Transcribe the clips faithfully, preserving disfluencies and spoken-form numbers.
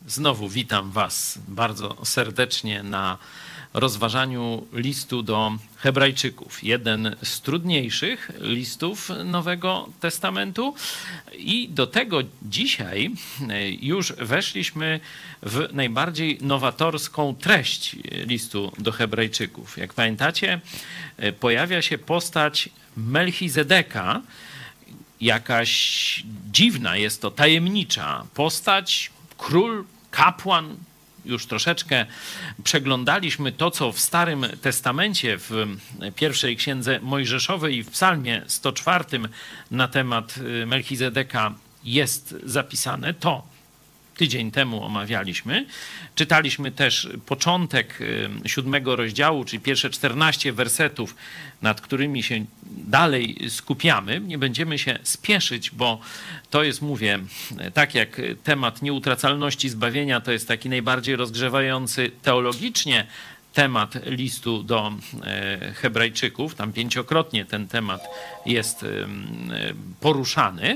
Znowu witam Was bardzo serdecznie na rozważaniu listu do Hebrajczyków. Jeden z trudniejszych listów Nowego Testamentu i do tego dzisiaj już weszliśmy w najbardziej nowatorską treść listu do Hebrajczyków. Jak pamiętacie, pojawia się postać Melchizedeka, jakaś dziwna, jest to tajemnicza postać, król, kapłan. Już troszeczkę przeglądaliśmy to, co w Starym Testamencie, w pierwszej księdze Mojżeszowej i w Psalmie sto czwartym na temat Melchizedeka jest zapisane. To tydzień temu omawialiśmy. Czytaliśmy też początek siódmego rozdziału, czyli pierwsze czternaście wersetów, nad którymi się dalej skupiamy. Nie będziemy się spieszyć, bo to jest, mówię, tak jak temat nieutracalności zbawienia, to jest taki najbardziej rozgrzewający teologicznie temat listu do Hebrajczyków. Tam pięciokrotnie ten temat jest poruszany.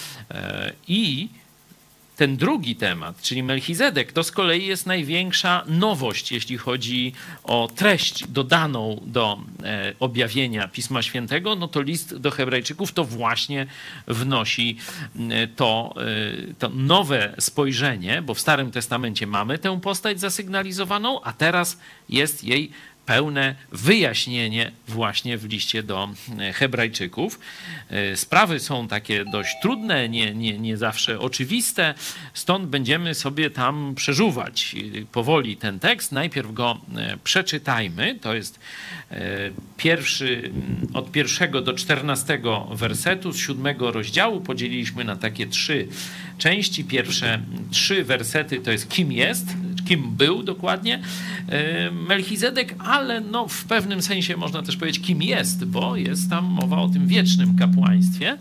I ten drugi temat, czyli Melchizedek, to z kolei jest największa nowość, jeśli chodzi o treść dodaną do objawienia Pisma Świętego, no to list do Hebrajczyków to właśnie wnosi to, to nowe spojrzenie, bo w Starym Testamencie mamy tę postać zasygnalizowaną, a teraz jest jej pełne wyjaśnienie właśnie w liście do Hebrajczyków. Sprawy są takie dość trudne, nie, nie, nie zawsze oczywiste, stąd będziemy sobie tam przeżuwać powoli ten tekst. Najpierw go przeczytajmy. To jest pierwszy, od pierwszego do czternastego wersetu z siódmego rozdziału. Podzieliliśmy na takie trzy części. Pierwsze trzy wersety to jest kim jest, kim był dokładnie Melchizedek, ale no w pewnym sensie można też powiedzieć kim jest, bo jest tam mowa o tym wiecznym kapłaństwie.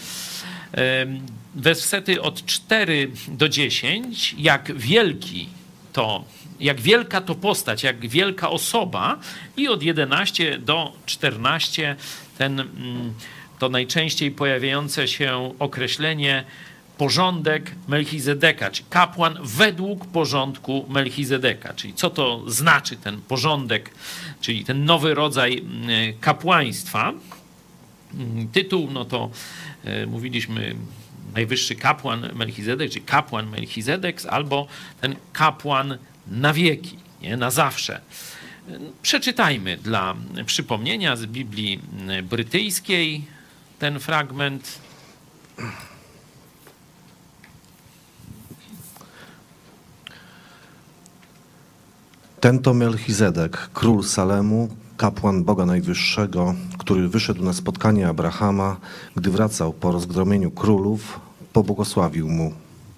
Wersety od cztery do dziesięć, jak wielki to, jak wielka to postać, jak wielka osoba, i od jedenaście do czternaście ten, to najczęściej pojawiające się określenie porządek Melchizedeka, czy kapłan według porządku Melchizedeka. Czyli co to znaczy ten porządek, czyli ten nowy rodzaj kapłaństwa. Tytuł, no to mówiliśmy najwyższy kapłan Melchizedek, czy kapłan Melchizedek, albo ten kapłan na wieki, nie? Na zawsze. Przeczytajmy dla przypomnienia z Biblii brytyjskiej ten fragment. Ten to Melchizedek, król Salemu, kapłan Boga Najwyższego, który wyszedł na spotkanie Abrahama, gdy wracał po rozgromieniu królów, pobłogosławił mu.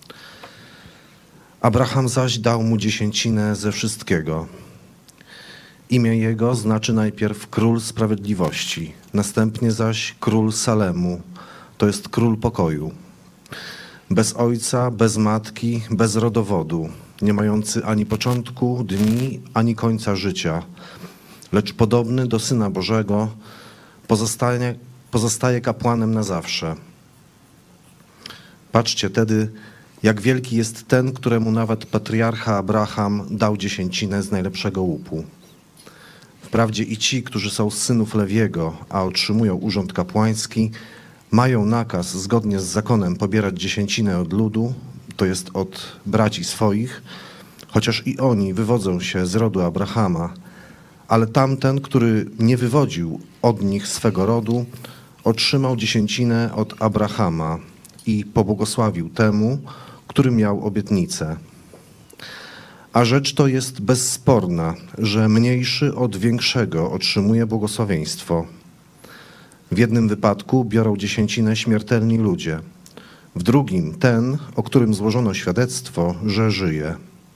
Abraham zaś dał mu dziesięcinę ze wszystkiego. Imię jego znaczy najpierw Król Sprawiedliwości, następnie zaś Król Salemu, to jest Król Pokoju. Bez ojca, bez matki, bez rodowodu, nie mający ani początku dni, ani końca życia, lecz podobny do Syna Bożego, pozostaje, pozostaje kapłanem na zawsze. Patrzcie tedy, jak wielki jest ten, któremu nawet patriarcha Abraham dał dziesięcinę z najlepszego łupu. Wprawdzie i ci, którzy są z synów Lewiego, a otrzymują urząd kapłański, mają nakaz zgodnie z zakonem pobierać dziesięcinę od ludu, to jest od braci swoich, chociaż i oni wywodzą się z rodu Abrahama, ale tamten, który nie wywodził od nich swego rodu, otrzymał dziesięcinę od Abrahama i pobłogosławił temu, który miał obietnicę. A rzecz to jest bezsporna, że mniejszy od większego otrzymuje błogosławieństwo. W jednym wypadku biorą dziesięcinę śmiertelni ludzie, w drugim ten, o którym złożono świadectwo, że żyje.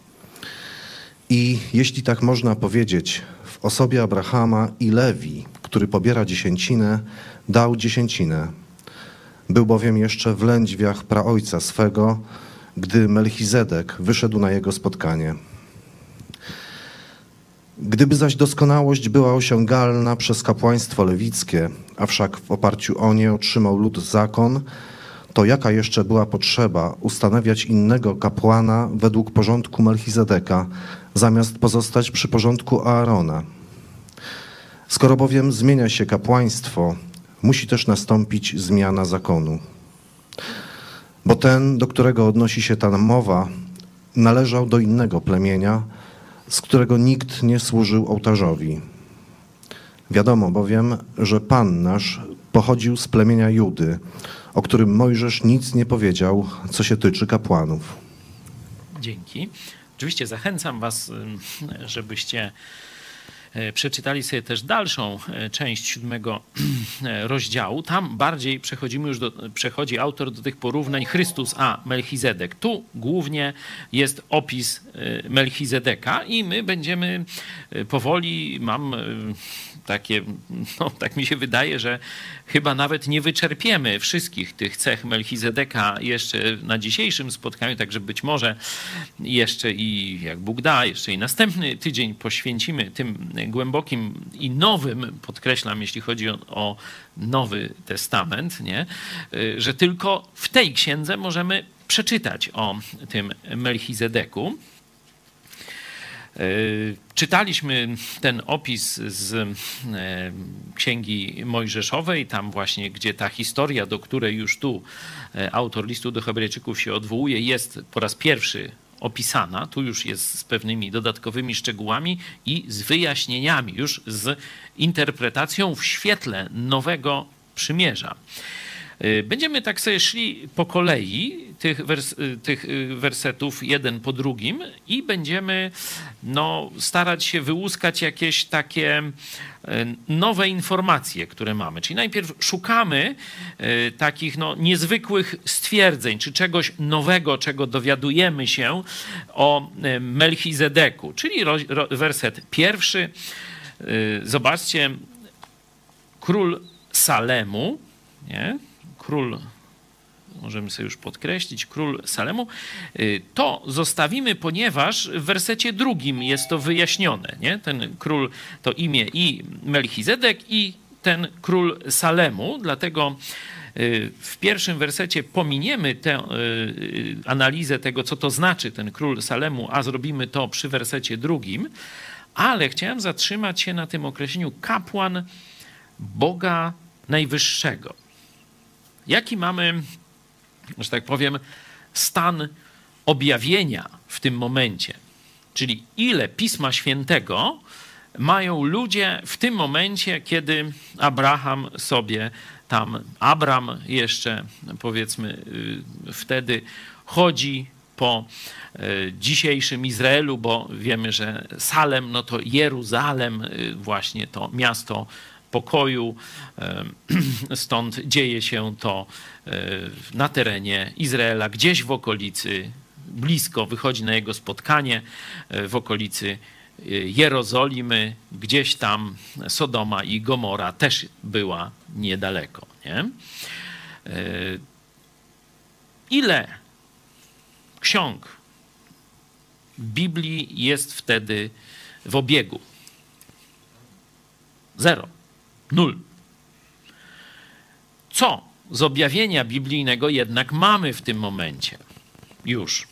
I jeśli tak można powiedzieć, w osobie Abrahama i Lewi, który pobiera dziesięcinę, dał dziesięcinę. Był bowiem jeszcze w lędźwiach praojca swego, gdy Melchizedek wyszedł na jego spotkanie. Gdyby zaś doskonałość była osiągalna przez kapłaństwo lewickie, a wszak w oparciu o nie otrzymał lud zakon, to jaka jeszcze była potrzeba ustanawiać innego kapłana według porządku Melchizedeka, zamiast pozostać przy porządku Aarona? Skoro bowiem zmienia się kapłaństwo, musi też nastąpić zmiana zakonu. Bo ten, do którego odnosi się ta mowa, należał do innego plemienia, z którego nikt nie służył ołtarzowi. Wiadomo bowiem, że Pan nasz pochodził z plemienia Judy, o którym Mojżesz nic nie powiedział, co się tyczy kapłanów. Dzięki. Oczywiście zachęcam was, żebyście przeczytali sobie też dalszą część siódmego rozdziału. Tam bardziej przechodzimy już do, przechodzi autor do tych porównań Chrystus a Melchizedek. Tu głównie jest opis Melchizedeka i my będziemy powoli, mam takie, no tak mi się wydaje, że chyba nawet nie wyczerpiemy wszystkich tych cech Melchizedeka jeszcze na dzisiejszym spotkaniu, także być może jeszcze i jak Bóg da, jeszcze i następny tydzień poświęcimy tym głębokim i nowym, podkreślam, jeśli chodzi o, o Nowy Testament, nie? Że tylko w tej księdze możemy przeczytać o tym Melchizedeku. Czytaliśmy ten opis z Księgi Mojżeszowej, tam właśnie, gdzie ta historia, do której już tu autor listu do Hebrajczyków się odwołuje, jest po raz pierwszy opisana. Tu już jest z pewnymi dodatkowymi szczegółami i z wyjaśnieniami, już z interpretacją w świetle Nowego Przymierza. Będziemy tak sobie szli po kolei tych, wers tych wersetów jeden po drugim i będziemy no, starać się wyłuskać jakieś takie nowe informacje, które mamy. Czyli najpierw szukamy takich no, niezwykłych stwierdzeń, czy czegoś nowego, czego dowiadujemy się o Melchizedeku. Czyli werset pierwszy. Zobaczcie, król Salemu, nie? Król, możemy sobie już podkreślić, król Salemu, to zostawimy, ponieważ w wersecie drugim jest to wyjaśnione. Nie? Ten król to imię i Melchizedek i ten król Salemu, dlatego w pierwszym wersecie pominiemy tę analizę tego, co to znaczy ten król Salemu, a zrobimy to przy wersecie drugim, ale chciałem zatrzymać się na tym określeniu kapłan Boga Najwyższego. Jaki mamy, że tak powiem, stan objawienia w tym momencie? Czyli ile Pisma Świętego mają ludzie w tym momencie, kiedy Abraham sobie tam, Abram jeszcze powiedzmy wtedy chodzi po dzisiejszym Izraelu, bo wiemy, że Salem, no to Jeruzalem, właśnie to miasto pokoju, stąd dzieje się to na terenie Izraela, gdzieś w okolicy, blisko wychodzi na jego spotkanie, w okolicy Jerozolimy, gdzieś tam Sodoma i Gomora też była niedaleko. Nie? Ile ksiąg Biblii jest wtedy w obiegu? Zero. Nul. Co z objawienia biblijnego jednak mamy w tym momencie? Już.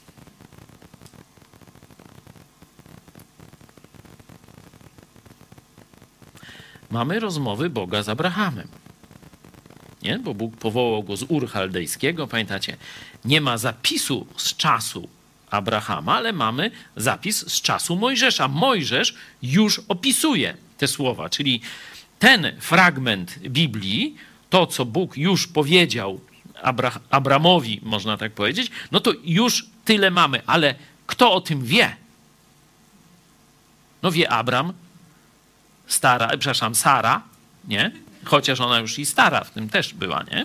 Mamy rozmowy Boga z Abrahamem. Nie? Bo Bóg powołał go z Ur Chaldejskiego. Pamiętacie, nie ma zapisu z czasu Abrahama, ale mamy zapis z czasu Mojżesza. Mojżesz już opisuje te słowa, czyli ten fragment Biblii, to co Bóg już powiedział Abra- Abramowi, można tak powiedzieć, no to już tyle mamy, ale kto o tym wie? No wie Abram, stara, przepraszam, Sara, nie? Chociaż ona już i stara w tym też była, nie?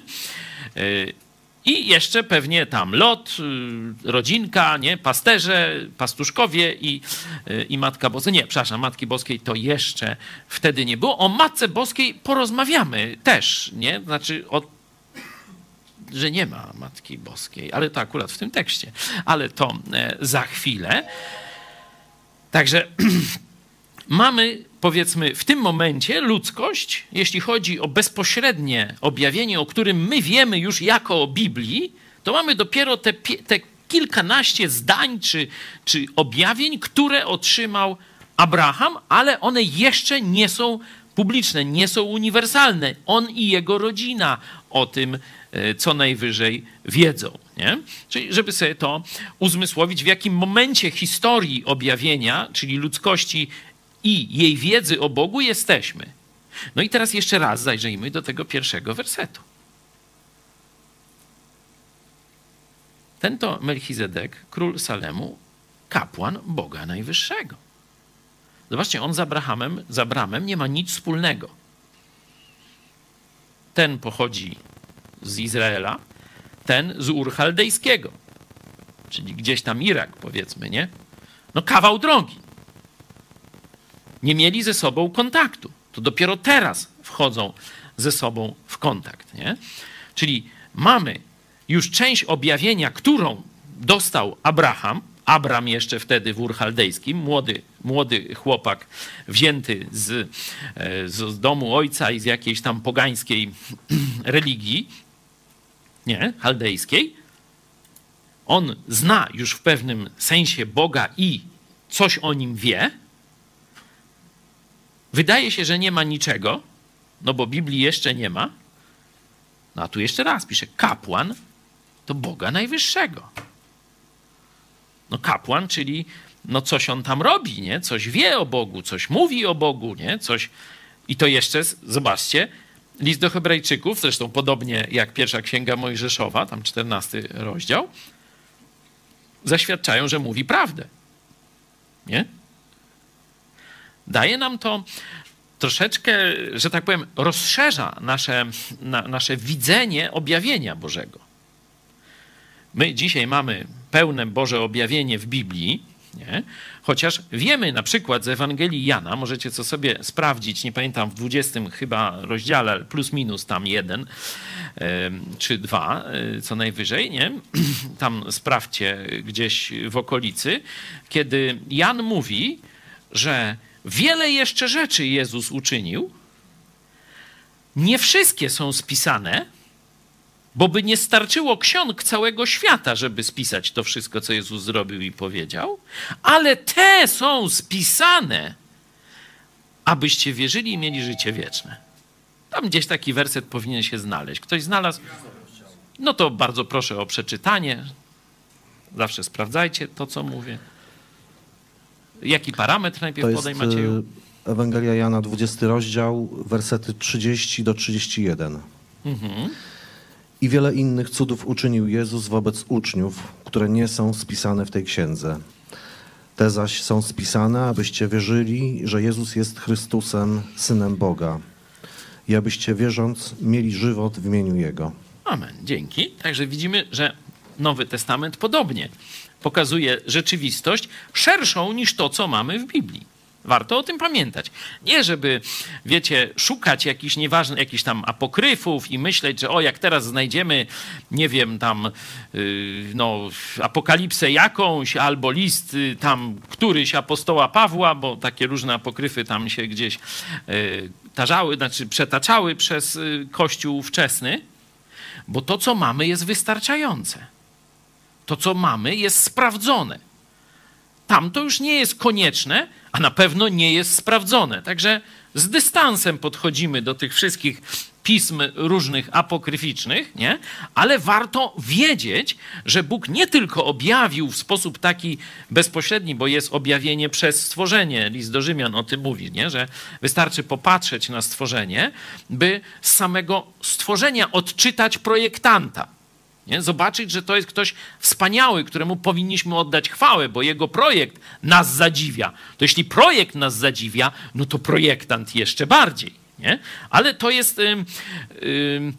I jeszcze pewnie tam Lot, rodzinka, nie? Pasterze, pastuszkowie i, i Matka Boska. Nie, przepraszam, Matki Boskiej to jeszcze wtedy nie było. O Matce Boskiej porozmawiamy też, nie? Znaczy, o, że nie ma Matki Boskiej, ale to akurat w tym tekście. Ale to za chwilę. Także mamy, powiedzmy, w tym momencie ludzkość, jeśli chodzi o bezpośrednie objawienie, o którym my wiemy już jako o Biblii, to mamy dopiero te, te kilkanaście zdań czy, czy objawień, które otrzymał Abraham, ale one jeszcze nie są publiczne, nie są uniwersalne. On i jego rodzina o tym co najwyżej wiedzą. Nie? Czyli żeby sobie to uzmysłowić, w jakim momencie historii objawienia, czyli ludzkości i jej wiedzy o Bogu jesteśmy. No i teraz jeszcze raz zajrzyjmy do tego pierwszego wersetu. Ten to Melchizedek, król Salemu, kapłan Boga Najwyższego. Zobaczcie, on z Abrahamem, z Abramem nie ma nic wspólnego. Ten pochodzi z Izraela, ten z Ur Chaldejskiego, czyli gdzieś tam Irak, powiedzmy, nie? No kawał drogi. Nie mieli ze sobą kontaktu. To dopiero teraz wchodzą ze sobą w kontakt, nie? Czyli mamy już część objawienia, którą dostał Abraham, Abram jeszcze wtedy w Ur Chaldejskim, młody, młody chłopak wzięty z, z domu ojca i z jakiejś tam pogańskiej religii, nie, chaldejskiej. On zna już w pewnym sensie Boga i coś o nim wie. Wydaje się, że nie ma niczego, no bo Biblii jeszcze nie ma. No a tu jeszcze raz pisze, kapłan to Boga Najwyższego. No kapłan, czyli no coś on tam robi, nie? Coś wie o Bogu, coś mówi o Bogu, nie? Coś. I to jeszcze, zobaczcie, list do Hebrajczyków, zresztą podobnie jak pierwsza księga Mojżeszowa, tam czternasty rozdział, zaświadczają, że mówi prawdę. Nie? Daje nam to troszeczkę, że tak powiem, rozszerza nasze, na, nasze widzenie objawienia Bożego. My dzisiaj mamy pełne Boże objawienie w Biblii, nie? Chociaż wiemy na przykład z Ewangelii Jana, możecie to sobie sprawdzić, nie pamiętam, w dwudziestym chyba rozdziale, plus minus tam jeden czy dwa, co najwyżej, nie? Tam sprawdźcie gdzieś w okolicy, kiedy Jan mówi, że wiele jeszcze rzeczy Jezus uczynił, nie wszystkie są spisane, bo by nie starczyło ksiąg całego świata, żeby spisać to wszystko, co Jezus zrobił i powiedział, ale te są spisane, abyście wierzyli i mieli życie wieczne. Tam gdzieś taki werset powinien się znaleźć. Ktoś znalazł? No to bardzo proszę o przeczytanie. Zawsze sprawdzajcie to, co mówię. Jaki parametr najpierw podaj, Macieju? Ewangelia Jana, dwudziesty rozdział, wersety trzydziesty do trzydziestu jeden. Mhm. I wiele innych cudów uczynił Jezus wobec uczniów, które nie są spisane w tej księdze. Te zaś są spisane, abyście wierzyli, że Jezus jest Chrystusem, Synem Boga. I abyście wierząc mieli żywot w imieniu Jego. Amen. Dzięki. Także widzimy, że Nowy Testament podobnie pokazuje rzeczywistość szerszą niż to, co mamy w Biblii. Warto o tym pamiętać. Nie, żeby, wiecie, szukać jakichś nieważnych, jakichś tam apokryfów i myśleć, że o, jak teraz znajdziemy, nie wiem, tam, yy, no, apokalipsę jakąś, albo list yy, tam któryś apostoła Pawła, bo takie różne apokryfy tam się gdzieś yy, tarzały, znaczy przetaczały przez yy, Kościół wczesny, bo to, co mamy, jest wystarczające. To, co mamy, jest sprawdzone. Tam to już nie jest konieczne, a na pewno nie jest sprawdzone. Także z dystansem podchodzimy do tych wszystkich pism różnych apokryficznych, nie? Ale warto wiedzieć, że Bóg nie tylko objawił w sposób taki bezpośredni, bo jest objawienie przez stworzenie. List do Rzymian o tym mówi, nie? Że wystarczy popatrzeć na stworzenie, by z samego stworzenia odczytać projektanta. Nie? Zobaczyć, że to jest ktoś wspaniały, któremu powinniśmy oddać chwałę, bo jego projekt nas zadziwia. To jeśli projekt nas zadziwia, no to projektant jeszcze bardziej. Nie? Ale to jest ym, ym,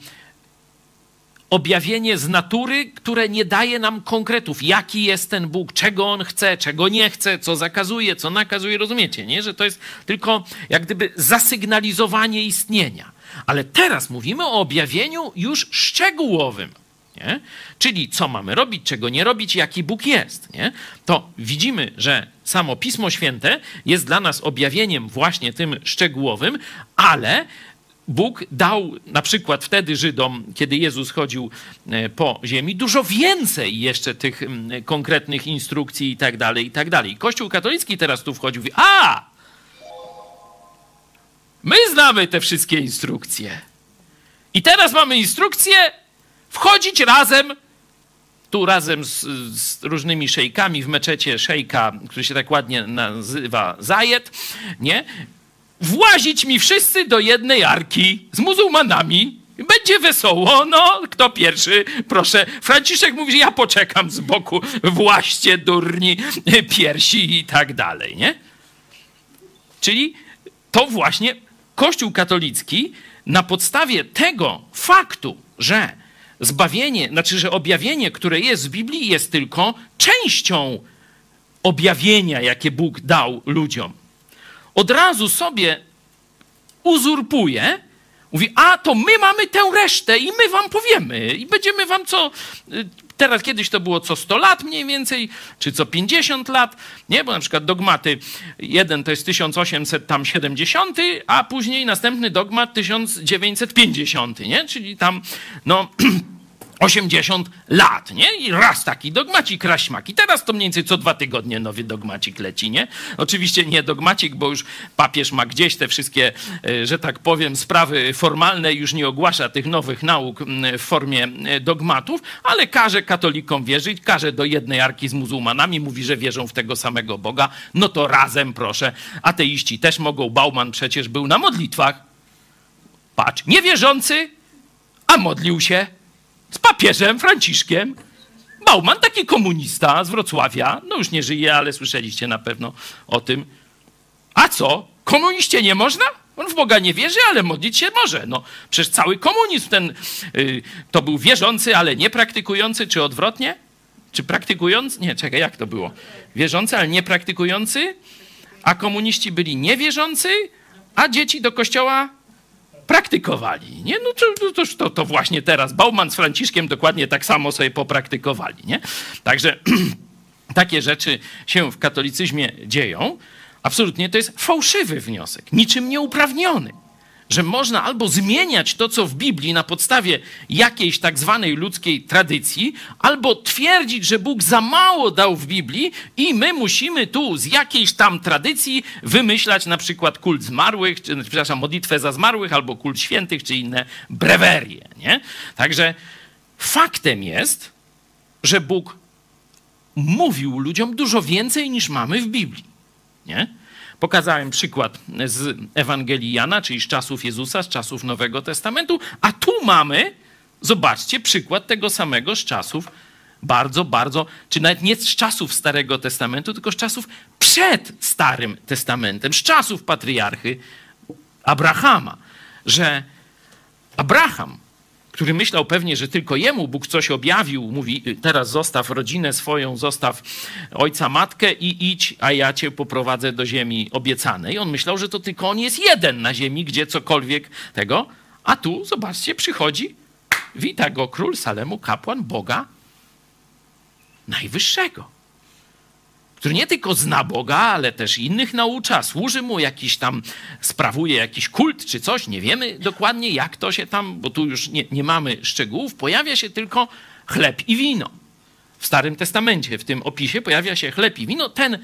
objawienie z natury, które nie daje nam konkretów. Jaki jest ten Bóg, czego On chce, czego nie chce, co zakazuje, co nakazuje. Rozumiecie, nie? Że to jest tylko jak gdyby zasygnalizowanie istnienia. Ale teraz mówimy o objawieniu już szczegółowym. Nie? Czyli co mamy robić, czego nie robić, jaki Bóg jest. Nie? To widzimy, że samo Pismo Święte jest dla nas objawieniem właśnie tym szczegółowym, ale Bóg dał na przykład wtedy Żydom, kiedy Jezus chodził po ziemi, dużo więcej jeszcze tych konkretnych instrukcji i tak dalej, i tak dalej. Kościół katolicki teraz tu wchodzi i mówi, a, my znamy te wszystkie instrukcje. I teraz mamy instrukcję wchodzić razem, tu razem z, z różnymi szejkami w meczecie szejka, który się tak ładnie nazywa Zajed, nie? Włazić mi wszyscy do jednej arki z muzułmanami. Będzie wesoło, no, kto pierwszy, proszę. Franciszek mówi, że ja poczekam z boku, właście, durni, piersi i tak dalej, nie? Czyli to właśnie Kościół katolicki na podstawie tego faktu, że zbawienie, znaczy, że objawienie, które jest w Biblii, jest tylko częścią objawienia, jakie Bóg dał ludziom. Od razu sobie uzurpuje, mówi, a to my mamy tę resztę i my wam powiemy i będziemy wam co, teraz kiedyś to było co sto lat mniej więcej, czy co pięćdziesiąt lat, nie, bo na przykład dogmaty, jeden to jest tysiąc osiemset siedemdziesiąty, a później następny dogmat tysiąc dziewięćset pięćdziesiąty, nie, czyli tam, no... osiemdziesiąt lat, nie? I raz taki dogmacik, raśmak. I teraz to mniej więcej co dwa tygodnie nowy dogmacik leci, nie? Oczywiście nie dogmacik, bo już papież ma gdzieś te wszystkie, że tak powiem, sprawy formalne, już nie ogłasza tych nowych nauk w formie dogmatów, ale każe katolikom wierzyć, każe do jednej arki z muzułmanami, mówi, że wierzą w tego samego Boga. No to razem, proszę. Ateiści też mogą. Bauman przecież był na modlitwach. Patrz, niewierzący, a modlił się z papieżem Franciszkiem. Bauman, taki komunista z Wrocławia, no już nie żyje, ale słyszeliście na pewno o tym. A co? Komuniście nie można? On w Boga nie wierzy, ale modlić się może. No przecież cały komunizm ten, yy, to był wierzący, ale nie praktykujący, czy odwrotnie? Czy praktykujący? Nie, czekaj, jak to było? Wierzący, ale nie praktykujący, a komuniści byli niewierzący, a dzieci do kościoła praktykowali, nie? No to, to, to, to właśnie teraz Bauman z Franciszkiem dokładnie tak samo sobie popraktykowali, nie? Także takie rzeczy się w katolicyzmie dzieją. Absolutnie to jest fałszywy wniosek, niczym nieuprawniony, że można albo zmieniać to, co w Biblii na podstawie jakiejś tak zwanej ludzkiej tradycji, albo twierdzić, że Bóg za mało dał w Biblii i my musimy tu z jakiejś tam tradycji wymyślać na przykład kult zmarłych, czy, przepraszam, modlitwę za zmarłych, albo kult świętych, czy inne brewerie, nie? Także faktem jest, że Bóg mówił ludziom dużo więcej niż mamy w Biblii, nie? Pokazałem przykład z Ewangelii Jana, czyli z czasów Jezusa, z czasów Nowego Testamentu, a tu mamy, zobaczcie, przykład tego samego z czasów bardzo, bardzo, czy nawet nie z czasów Starego Testamentu, tylko z czasów przed Starym Testamentem, z czasów patriarchy Abrahama, że Abraham, który myślał pewnie, że tylko jemu Bóg coś objawił, mówi, teraz zostaw rodzinę swoją, zostaw ojca, matkę i idź, a ja cię poprowadzę do ziemi obiecanej. On myślał, że to tylko on jest jeden na ziemi, gdzie cokolwiek tego. A tu, zobaczcie, przychodzi, wita go król Salemu, kapłan Boga Najwyższego, który nie tylko zna Boga, ale też innych naucza, służy mu, jakiś tam sprawuje jakiś kult czy coś, nie wiemy dokładnie jak to się tam, bo tu już nie, nie mamy szczegółów, pojawia się tylko chleb i wino. W Starym Testamencie, w tym opisie pojawia się chleb i wino. Ten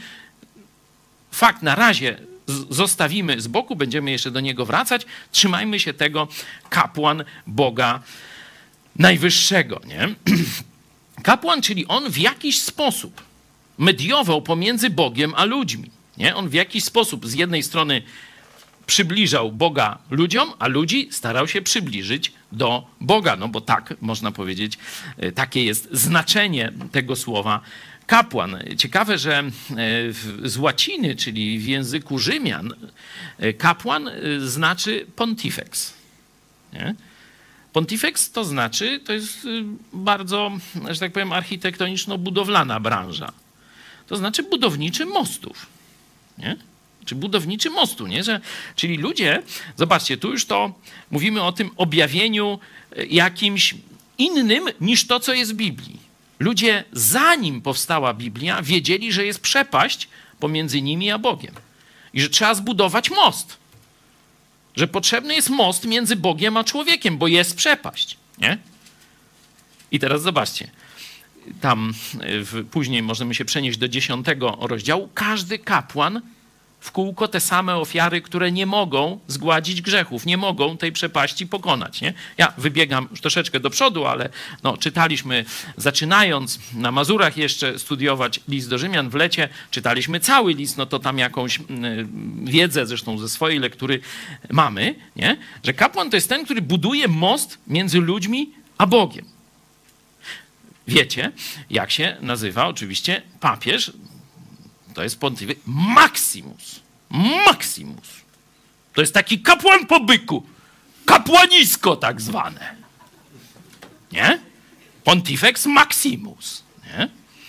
fakt na razie zostawimy z boku, będziemy jeszcze do niego wracać. Trzymajmy się tego, kapłan Boga Najwyższego, nie? Kapłan, czyli on w jakiś sposób mediował pomiędzy Bogiem a ludźmi. Nie? On w jakiś sposób z jednej strony przybliżał Boga ludziom, a ludzi starał się przybliżyć do Boga. No bo tak, można powiedzieć, takie jest znaczenie tego słowa kapłan. Ciekawe, że z łaciny, czyli w języku Rzymian, kapłan znaczy pontifex. Nie? Pontifex to znaczy, to jest bardzo, że tak powiem, architektoniczno-budowlana branża. To znaczy budowniczy mostów, nie? Czy budowniczy mostu, nie? Że, czyli ludzie, zobaczcie, tu już to mówimy o tym objawieniu jakimś innym niż to, co jest w Biblii. Ludzie, zanim powstała Biblia, wiedzieli, że jest przepaść pomiędzy nimi a Bogiem i że trzeba zbudować most. Że potrzebny jest most między Bogiem a człowiekiem, bo jest przepaść, nie? I teraz zobaczcie, tam w, później możemy się przenieść do dziesiątego rozdziału. Każdy kapłan w kółko te same ofiary, które nie mogą zgładzić grzechów, nie mogą tej przepaści pokonać, nie? Ja wybiegam już troszeczkę do przodu, ale no, czytaliśmy, zaczynając na Mazurach jeszcze studiować list do Rzymian w lecie, czytaliśmy cały list, no to tam jakąś y, wiedzę zresztą ze swojej lektury mamy, nie? Że kapłan to jest ten, który buduje most między ludźmi a Bogiem. Wiecie, jak się nazywa oczywiście papież? To jest pontyfikat Maximus. Maximus. To jest taki kapłan po byku. Kapłanisko tak zwane. Nie? Pontifex Maximus. Nie?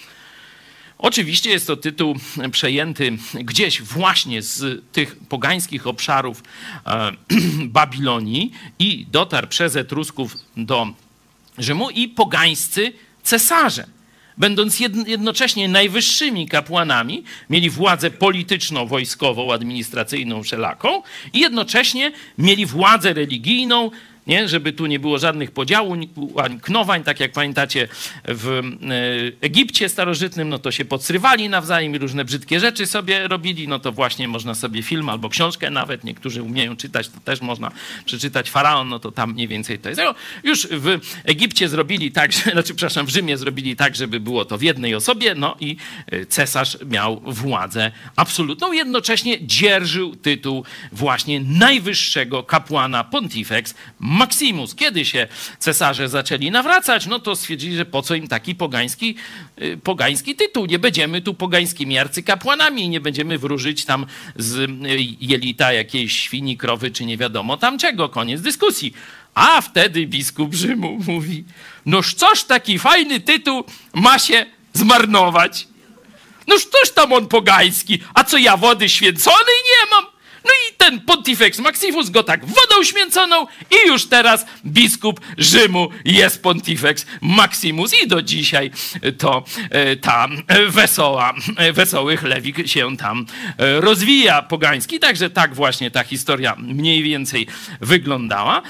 Oczywiście jest to tytuł przejęty gdzieś właśnie z tych pogańskich obszarów e, Babilonii i dotarł przez Etrusków do Rzymu i pogańscy cesarze, będąc jednocześnie najwyższymi kapłanami, mieli władzę polityczną, wojskową, administracyjną, wszelaką i jednocześnie mieli władzę religijną, nie? Żeby tu nie było żadnych podziałów, knowań, tak jak pamiętacie w Egipcie starożytnym, no to się podsrywali nawzajem i różne brzydkie rzeczy sobie robili, no to właśnie można sobie film albo książkę nawet, niektórzy umieją czytać, to też można przeczytać Faraon, no to tam mniej więcej to jest. Już w Egipcie zrobili tak, że, znaczy przepraszam, w Rzymie zrobili tak, żeby było to w jednej osobie, no i cesarz miał władzę absolutną, jednocześnie dzierżył tytuł właśnie najwyższego kapłana Pontifex Maximus. Kiedy się cesarze zaczęli nawracać, no to stwierdzili, że po co im taki pogański, yy, pogański tytuł. Nie będziemy tu pogańskimi arcykapłanami, nie będziemy wróżyć tam z yy, jelita jakiejś świni, krowy, czy nie wiadomo tam czego. Koniec dyskusji. A wtedy biskup Rzymu mówi, noż coż taki fajny tytuł ma się zmarnować? Noż toż tam on pogański, a co ja wody święconej nie mam? No i ten Pontifex Maximus go tak wodą święconą i już teraz biskup Rzymu jest Pontifex Maximus i do dzisiaj to ta wesoła, wesoły chlewik się tam rozwija pogański. Także tak właśnie ta historia mniej więcej wyglądała.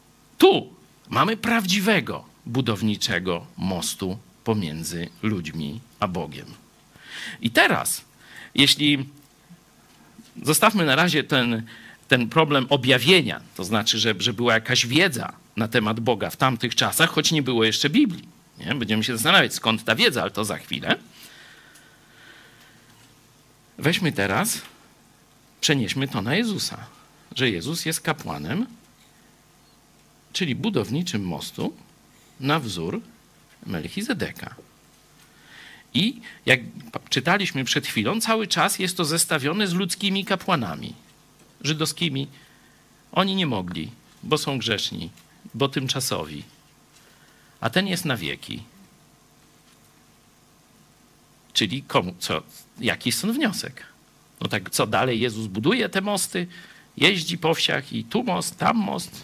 Tu mamy prawdziwego budowniczego mostu pomiędzy ludźmi a Bogiem. I teraz, jeśli zostawmy na razie ten, ten problem objawienia, to znaczy, że, że była jakaś wiedza na temat Boga w tamtych czasach, choć nie było jeszcze Biblii. Nie? Będziemy się zastanawiać, skąd ta wiedza, ale to za chwilę. Weźmy teraz, przenieśmy to na Jezusa, że Jezus jest kapłanem, czyli budowniczym mostu na wzór Melchizedeka. I jak czytaliśmy przed chwilą, cały czas jest to zestawione z ludzkimi kapłanami, żydowskimi. Oni nie mogli, bo są grzeszni, bo tymczasowi. A ten jest na wieki. Czyli komu, co, jaki jest ten wniosek? No tak co dalej? Jezus buduje te mosty, jeździ po wsiach i tu most, tam most.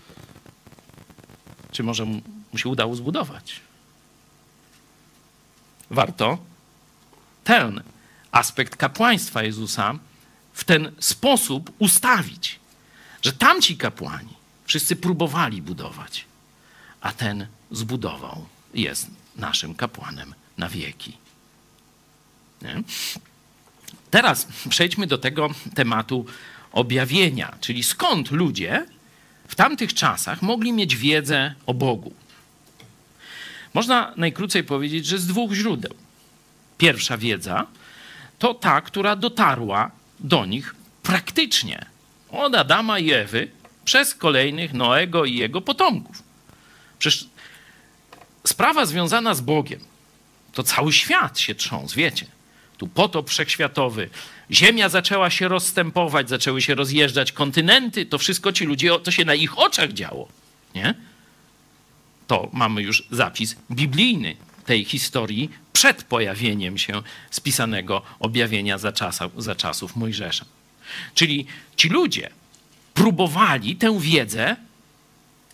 Czy może mu, mu się udało zbudować? Warto ten aspekt kapłaństwa Jezusa w ten sposób ustawić, że tamci kapłani wszyscy próbowali budować, a ten zbudował, jest naszym kapłanem na wieki. Nie? Teraz przejdźmy do tego tematu objawienia, czyli skąd ludzie w tamtych czasach mogli mieć wiedzę o Bogu. Można najkrócej powiedzieć, że z dwóch źródeł. Pierwsza wiedza to ta, która dotarła do nich praktycznie od Adama i Ewy przez kolejnych Noego i jego potomków. Przecież sprawa związana z Bogiem, to cały świat się trząsł, wiecie. Tu potop wszechświatowy, ziemia zaczęła się rozstępować, zaczęły się rozjeżdżać kontynenty, to wszystko ci ludzie, to się na ich oczach działo, nie? To mamy już zapis biblijny tej historii przed pojawieniem się spisanego objawienia za czasów, za czasów Mojżesza. Czyli ci ludzie próbowali tę wiedzę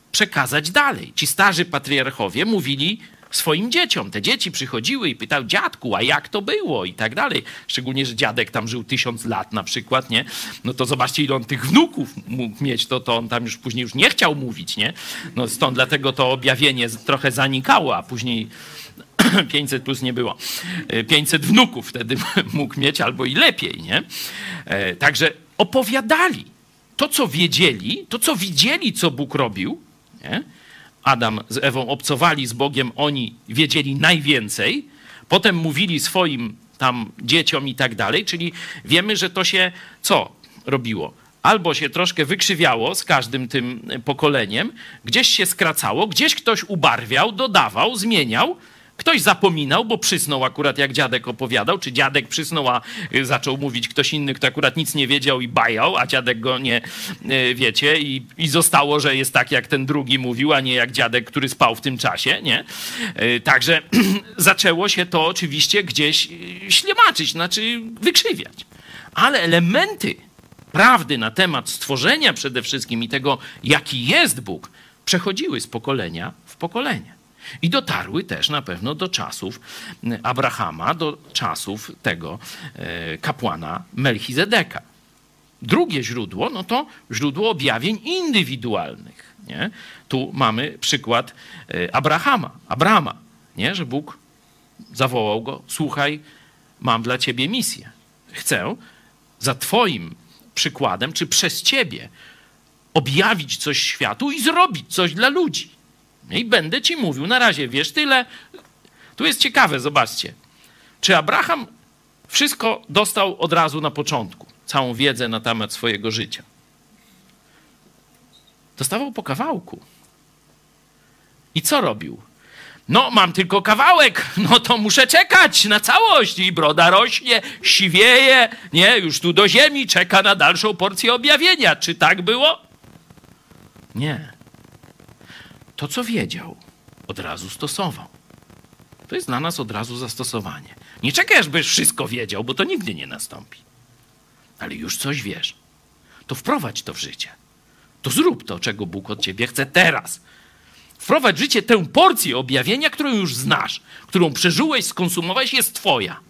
przekazać dalej. Ci starzy patriarchowie mówili swoim dzieciom. Te dzieci przychodziły i pytały, dziadku, a jak to było? I tak dalej. Szczególnie, że dziadek tam żył tysiąc lat na przykład, nie? No to zobaczcie, ile on tych wnuków mógł mieć, to, to on tam już później już nie chciał mówić, nie? No stąd dlatego to objawienie trochę zanikało, a później pięćset plus nie było. pięćset wnuków wtedy mógł mieć, albo i lepiej, nie? Także opowiadali to, co wiedzieli, to, co widzieli, co Bóg robił, nie? Adam z Ewą obcowali z Bogiem, oni wiedzieli najwięcej, potem mówili swoim tam dzieciom i tak dalej, czyli wiemy, że to się co robiło? Albo się troszkę wykrzywiało z każdym tym pokoleniem, gdzieś się skracało, gdzieś ktoś ubarwiał, dodawał, zmieniał, ktoś zapominał, bo przysnął akurat jak dziadek opowiadał, czy dziadek przysnął, a zaczął mówić ktoś inny, kto akurat nic nie wiedział i bajał, a dziadek go nie, wiecie, i, i zostało, że jest tak, jak ten drugi mówił, a nie jak dziadek, który spał w tym czasie, nie? Także zaczęło się to oczywiście gdzieś ślimaczyć, znaczy wykrzywiać. Ale elementy prawdy na temat stworzenia przede wszystkim i tego, jaki jest Bóg, przechodziły z pokolenia w pokolenie. I dotarły też na pewno do czasów Abrahama, do czasów tego kapłana Melchizedeka. Drugie źródło, no to źródło objawień indywidualnych. Nie? Tu mamy przykład Abrahama, Abrama, nie? Że Bóg zawołał go, słuchaj, mam dla ciebie misję. Chcę za twoim przykładem, czy przez ciebie objawić coś światu i zrobić coś dla ludzi. I będę ci mówił, na razie wiesz tyle. Tu jest ciekawe, zobaczcie. Czy Abraham wszystko dostał od razu na początku? Całą wiedzę na temat swojego życia. Dostawał po kawałku. I co robił? No, mam tylko kawałek, no to muszę czekać na całość. I broda rośnie, siwieje, nie, już tu do ziemi, czeka na dalszą porcję objawienia. Czy tak było? Nie. To, co wiedział, od razu stosował. To jest dla nas od razu zastosowanie. Nie czekaj, aż byś wszystko wiedział, bo to nigdy nie nastąpi. Ale już coś wiesz. To wprowadź to w życie. To zrób to, czego Bóg od ciebie chce teraz. Wprowadź w życie tę porcję objawienia, którą już znasz, którą przeżyłeś, skonsumowałeś, jest twoja.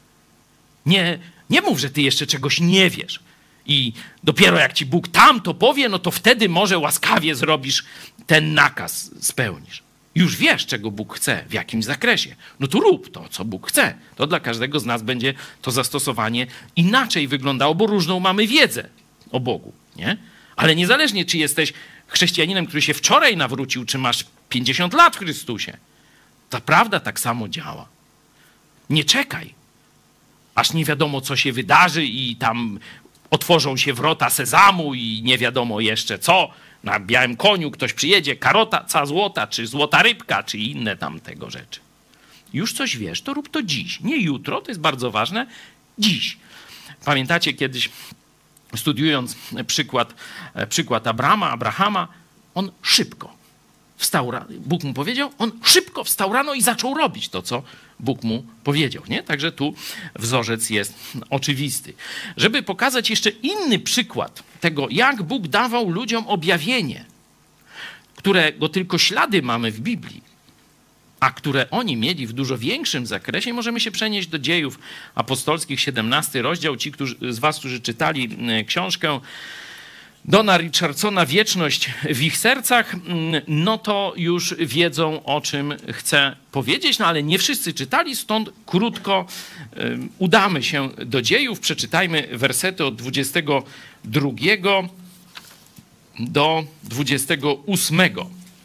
Nie, nie mów, że ty jeszcze czegoś nie wiesz. I dopiero jak ci Bóg tam to powie, no to wtedy może łaskawie zrobisz ten nakaz, spełnisz. Już wiesz, czego Bóg chce, w jakim zakresie. No to rób to, co Bóg chce. To dla każdego z nas będzie to zastosowanie inaczej wyglądało, bo różną mamy wiedzę o Bogu, nie? Ale niezależnie, czy jesteś chrześcijaninem, który się wczoraj nawrócił, czy masz pięćdziesiąt lat w Chrystusie, ta prawda tak samo działa. Nie czekaj, aż nie wiadomo, co się wydarzy i tam otworzą się wrota sezamu i nie wiadomo jeszcze co. Na białym koniu ktoś przyjedzie, karota ca złota, czy złota rybka, czy inne tam tego rzeczy. Już coś wiesz, to rób to dziś. Nie jutro, to jest bardzo ważne, dziś. Pamiętacie kiedyś, studiując przykład, przykład Abrama, Abrahama, on szybko wstał, Bóg mu powiedział, on szybko wstał rano i zaczął robić to, co Bóg mu powiedział. Nie? Także tu wzorzec jest oczywisty. Żeby pokazać jeszcze inny przykład tego, jak Bóg dawał ludziom objawienie, którego tylko ślady mamy w Biblii, a które oni mieli w dużo większym zakresie, możemy się przenieść do Dziejów Apostolskich, siedemnasty rozdział. Ci którzy, z was, którzy czytali książkę Dona Richardsona Wieczność w ich sercach, no to już wiedzą, o czym chcę powiedzieć, no ale nie wszyscy czytali, stąd krótko um, udamy się do Dziejów. Przeczytajmy wersety od dwudziestego drugiego do dwudziestego ósmego.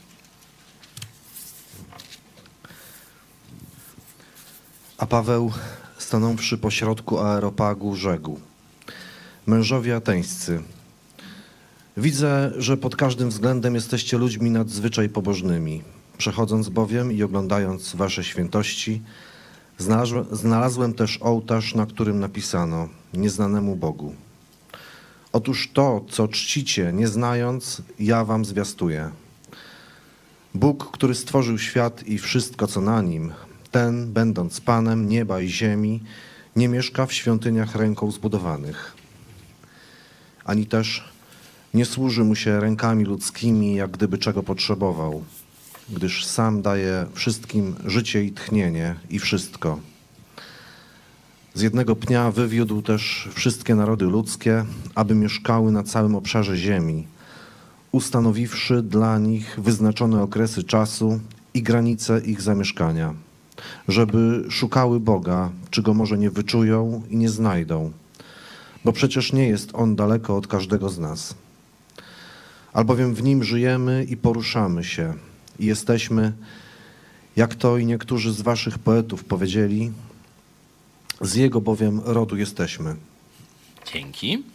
A Paweł, stanąwszy pośrodku Areopagu, rzekł: mężowie ateńscy, widzę, że pod każdym względem jesteście ludźmi nadzwyczaj pobożnymi. Przechodząc bowiem i oglądając wasze świętości, znalazłem, znalazłem też ołtarz, na którym napisano: nieznanemu Bogu. Otóż to, co czcicie, nie znając, ja wam zwiastuję. Bóg, który stworzył świat i wszystko, co na nim, ten, będąc Panem nieba i ziemi, nie mieszka w świątyniach ręką zbudowanych, ani też Nie służy mu się rękami ludzkimi, jak gdyby czego potrzebował, gdyż sam daje wszystkim życie i tchnienie i wszystko. Z jednego pnia wywiódł też wszystkie narody ludzkie, aby mieszkały na całym obszarze ziemi, ustanowiwszy dla nich wyznaczone okresy czasu i granice ich zamieszkania, żeby szukały Boga, czy Go może nie wyczują i nie znajdą, bo przecież nie jest On daleko od każdego z nas. Albowiem w Nim żyjemy i poruszamy się i jesteśmy, jak to i niektórzy z waszych poetów powiedzieli, z Jego bowiem rodu jesteśmy. Dzięki.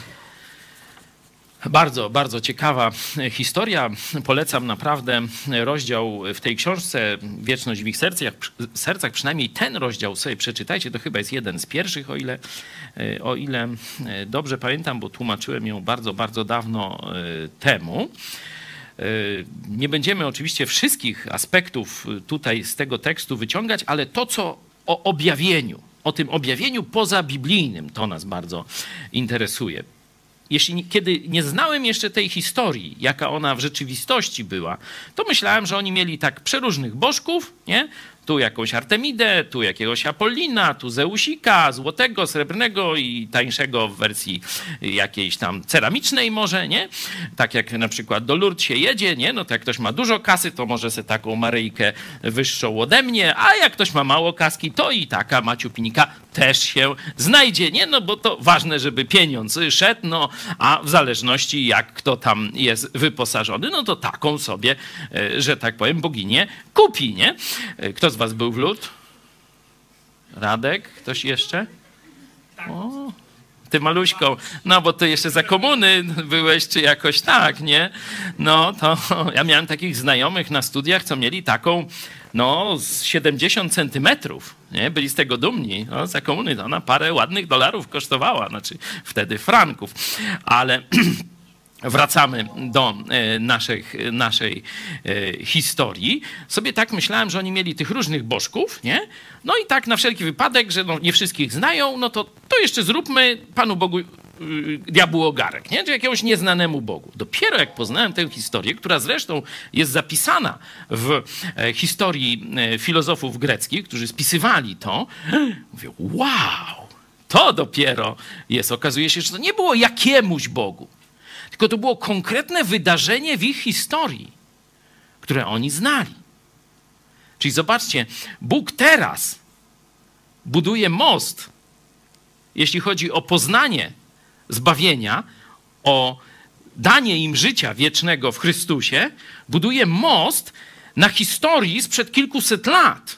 Bardzo, bardzo ciekawa historia. Polecam naprawdę rozdział w tej książce Wieczność w ich sercach, sercach. Przynajmniej ten rozdział sobie przeczytajcie. To chyba jest jeden z pierwszych, o ile, o ile dobrze pamiętam, bo tłumaczyłem ją bardzo, bardzo dawno temu. Nie będziemy oczywiście wszystkich aspektów tutaj z tego tekstu wyciągać, ale to, co o objawieniu, o tym objawieniu pozabiblijnym, to nas bardzo interesuje. Jeśli kiedy nie znałem jeszcze tej historii, jaka ona w rzeczywistości była, to myślałem, że oni mieli tak przeróżnych bożków, nie? Tu jakąś Artemidę, tu jakiegoś Apollina, tu Zeusika, złotego, srebrnego i tańszego w wersji jakiejś tam ceramicznej może, nie? Tak jak na przykład do Lourdes się jedzie, nie? No to jak ktoś ma dużo kasy, to może sobie taką Maryjkę wyższą ode mnie, a jak ktoś ma mało kaski, to i taka Maciupinika też się znajdzie, nie? No bo to ważne, żeby pieniądz szedł, no a w zależności jak kto tam jest wyposażony, no to taką sobie, że tak powiem, boginię kupi, nie? Kto z was był w Lourdes? Radek? Ktoś jeszcze? O, ty maluśką. No bo ty jeszcze za komuny byłeś, czy jakoś tak, nie? No to ja miałem takich znajomych na studiach, co mieli taką, no z siedemdziesiąt centymetrów, nie? Byli z tego dumni. No, za komuny to ona parę ładnych dolarów kosztowała, znaczy wtedy franków. Ale wracamy do naszych, naszej historii. Sobie tak myślałem, że oni mieli tych różnych bożków, nie? No i tak na wszelki wypadek, że no nie wszystkich znają, no to, to jeszcze zróbmy Panu Bogu diabłu ogarek, nie? Czy jakiemuś nieznanemu Bogu. Dopiero jak poznałem tę historię, która zresztą jest zapisana w historii filozofów greckich, którzy spisywali to, mówię, wow, to dopiero jest. Okazuje się, że to nie było jakiemuś Bogu, tylko to było konkretne wydarzenie w ich historii, które oni znali. Czyli zobaczcie, Bóg teraz buduje most, jeśli chodzi o poznanie zbawienia, o danie im życia wiecznego w Chrystusie, buduje most na historii sprzed kilkuset lat.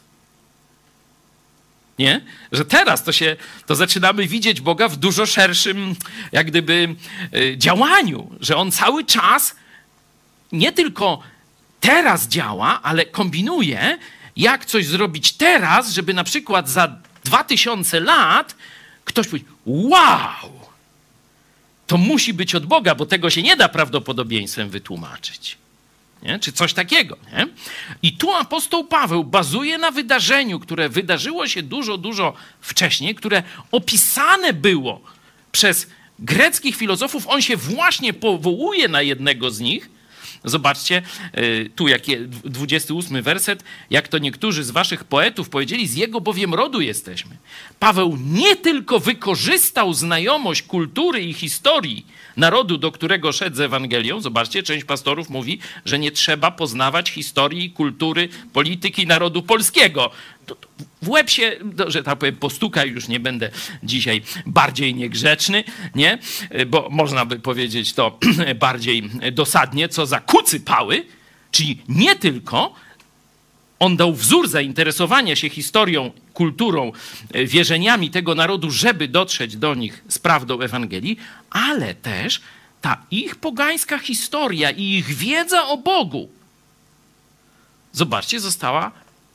Nie? Że teraz to się, to zaczynamy widzieć Boga w dużo szerszym, jak gdyby, działaniu, że On cały czas nie tylko teraz działa, ale kombinuje, jak coś zrobić teraz, żeby na przykład za dwa tysiące lat ktoś powie, wow, to musi być od Boga, bo tego się nie da prawdopodobieństwem wytłumaczyć. Nie? Czy coś takiego. Nie? I tu apostoł Paweł bazuje na wydarzeniu, które wydarzyło się dużo, dużo wcześniej, które opisane było przez greckich filozofów. On się właśnie powołuje na jednego z nich. Zobaczcie, tu jak dwudziesty ósmy werset, jak to niektórzy z waszych poetów powiedzieli, z jego bowiem rodu jesteśmy. Paweł nie tylko wykorzystał znajomość kultury i historii narodu, do którego szedł z Ewangelią. Zobaczcie, część pastorów mówi, że nie trzeba poznawać historii, kultury, polityki narodu polskiego. W łeb się, że tak powiem, postukaj, już nie będę dzisiaj bardziej niegrzeczny, nie? Bo można by powiedzieć to bardziej dosadnie, co za kucy pały, czyli nie tylko on dał wzór zainteresowania się historią, kulturą, wierzeniami tego narodu, żeby dotrzeć do nich z prawdą Ewangelii, ale też ta ich pogańska historia i ich wiedza o Bogu, zobaczcie, została,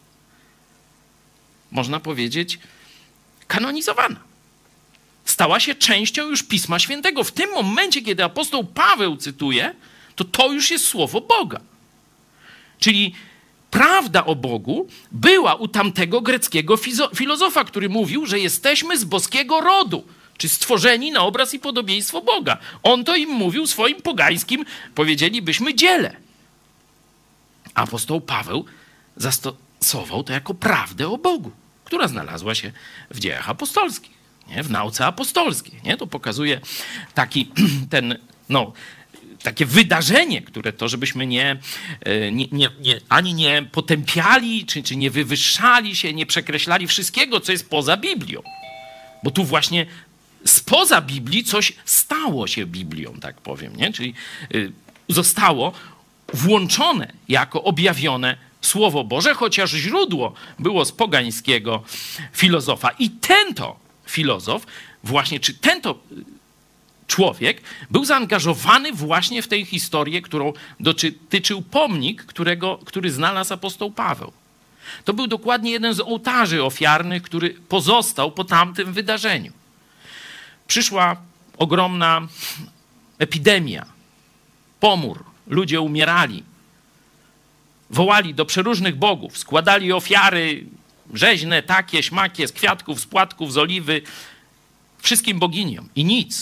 można powiedzieć, kanonizowana. Stała się częścią już Pisma Świętego. W tym momencie, kiedy apostoł Paweł cytuje, to to już jest słowo Boga. Czyli prawda o Bogu była u tamtego greckiego filozofa, który mówił, że jesteśmy z boskiego rodu. czy stworzeni na obraz i podobieństwo Boga. On to im mówił swoim pogańskim, powiedzielibyśmy, dziele. Apostoł Paweł zastosował to jako prawdę o Bogu, która znalazła się w dziejach apostolskich, nie? W nauce apostolskiej. Nie? To pokazuje taki ten, no, takie wydarzenie, które to, żebyśmy nie, nie, nie, nie, ani nie potępiali, czy, czy nie wywyższali się, nie przekreślali wszystkiego, co jest poza Biblią. Bo tu właśnie spoza Biblii coś stało się Biblią, tak powiem, nie? Czyli zostało włączone jako objawione Słowo Boże, chociaż źródło było z pogańskiego filozofa. I ten to filozof, właśnie, czy ten to człowiek był zaangażowany właśnie w tę historię, którą dotyczył pomnik, którego, który znalazł apostoł Paweł. To był dokładnie jeden z ołtarzy ofiarnych, który pozostał po tamtym wydarzeniu. Przyszła ogromna epidemia, pomór, ludzie umierali, wołali do przeróżnych bogów, składali ofiary rzeźne, takie, śmakie, z kwiatków, z płatków, z oliwy, wszystkim boginiom i nic.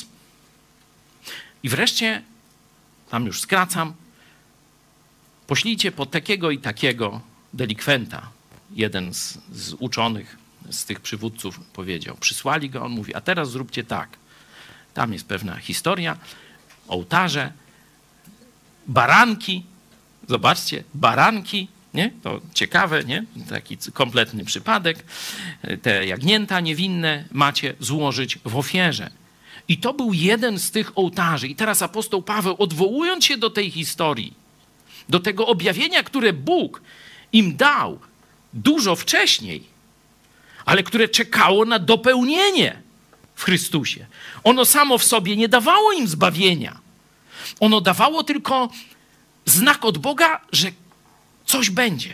I wreszcie, tam już skracam, poślijcie po takiego i takiego delikwenta. Jeden z, z uczonych, z tych przywódców powiedział. Przysłali go, on mówi, a teraz zróbcie tak. Tam jest pewna historia, ołtarze, baranki, zobaczcie, baranki, nie? To ciekawe, nie? Taki kompletny przypadek. Te jagnięta niewinne macie złożyć w ofierze. I to był jeden z tych ołtarzy. I teraz apostoł Paweł, odwołując się do tej historii, do tego objawienia, które Bóg im dał dużo wcześniej, ale które czekało na dopełnienie w Chrystusie. Ono samo w sobie nie dawało im zbawienia. Ono dawało tylko znak od Boga, że coś będzie.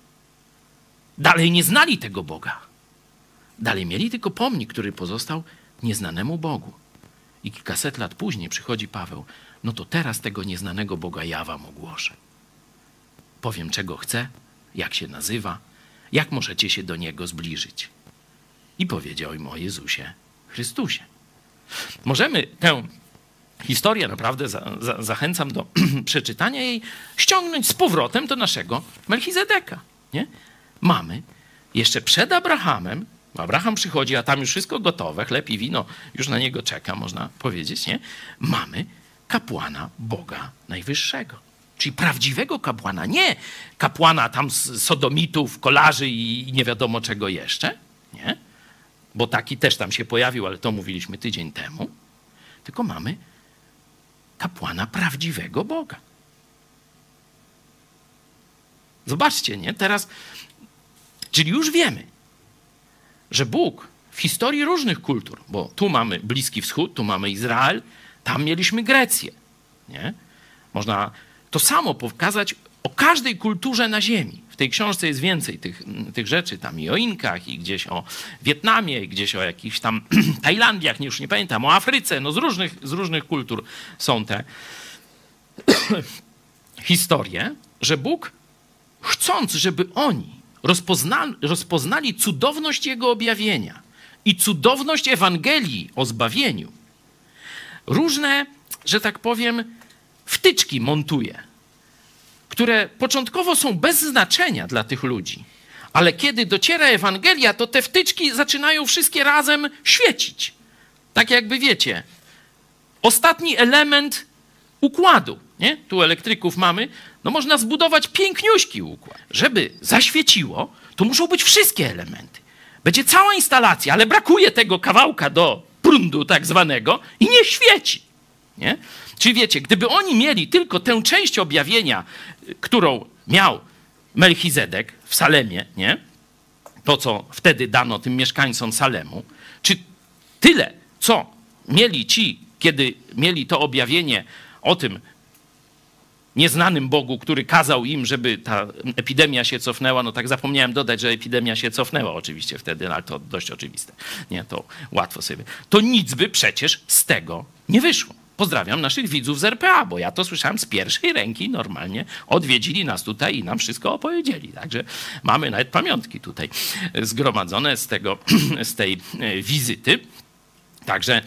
Dalej nie znali tego Boga. Dalej mieli tylko pomnik, który pozostał nieznanemu Bogu. I kilkaset lat później przychodzi Paweł. No to teraz tego nieznanego Boga ja wam ogłoszę. Powiem, czego chcę, jak się nazywa, jak możecie się do Niego zbliżyć. I powiedział im o Jezusie Chrystusie. Możemy tę historię, naprawdę za, za, zachęcam do przeczytania jej, ściągnąć z powrotem do naszego Melchizedeka. Nie? Mamy jeszcze przed Abrahamem, Abraham przychodzi, a tam już wszystko gotowe, chleb i wino już na niego czeka, można powiedzieć, nie? Mamy kapłana Boga Najwyższego. Czyli prawdziwego kapłana, nie kapłana tam z sodomitów, kolarzy i nie wiadomo czego jeszcze, nie? Bo taki też tam się pojawił, ale to mówiliśmy tydzień temu. Tylko mamy kapłana prawdziwego Boga. Zobaczcie, nie? Teraz, czyli już wiemy, że Bóg w historii różnych kultur, bo tu mamy Bliski Wschód, tu mamy Izrael, tam mieliśmy Grecję, nie? Można to samo pokazać o każdej kulturze na ziemi. W tej książce jest więcej tych, tych rzeczy, tam i o Inkach, i gdzieś o Wietnamie, i gdzieś o jakichś tam Tajlandiach, już nie pamiętam, o Afryce, no z różnych, z różnych kultur są te historie, że Bóg, chcąc, żeby oni rozpoznali, rozpoznali cudowność Jego objawienia i cudowność Ewangelii o zbawieniu, różne, że tak powiem, wtyczki montuje, które początkowo są bez znaczenia dla tych ludzi, ale kiedy dociera Ewangelia, to te wtyczki zaczynają wszystkie razem świecić. Tak jakby wiecie, ostatni element układu, nie? Tu elektryków mamy, no można zbudować piękniuśki układ. Żeby zaświeciło, to muszą być wszystkie elementy. Będzie cała instalacja, ale brakuje tego kawałka do prądu tak zwanego i nie świeci, nie? Czyli wiecie, gdyby oni mieli tylko tę część objawienia, którą miał Melchizedek w Salemie, nie? To, co wtedy dano tym mieszkańcom Salemu, czy tyle, co mieli ci, kiedy mieli to objawienie o tym nieznanym Bogu, który kazał im, żeby ta epidemia się cofnęła, no tak zapomniałem dodać, że epidemia się cofnęła oczywiście wtedy, ale to dość oczywiste. Nie, to łatwo sobie. To nic by przecież z tego nie wyszło. Pozdrawiam naszych widzów z R P A, bo ja to słyszałem z pierwszej ręki normalnie. Odwiedzili nas tutaj i nam wszystko opowiedzieli. Także mamy nawet pamiątki tutaj zgromadzone z, tego, z tej wizyty. Także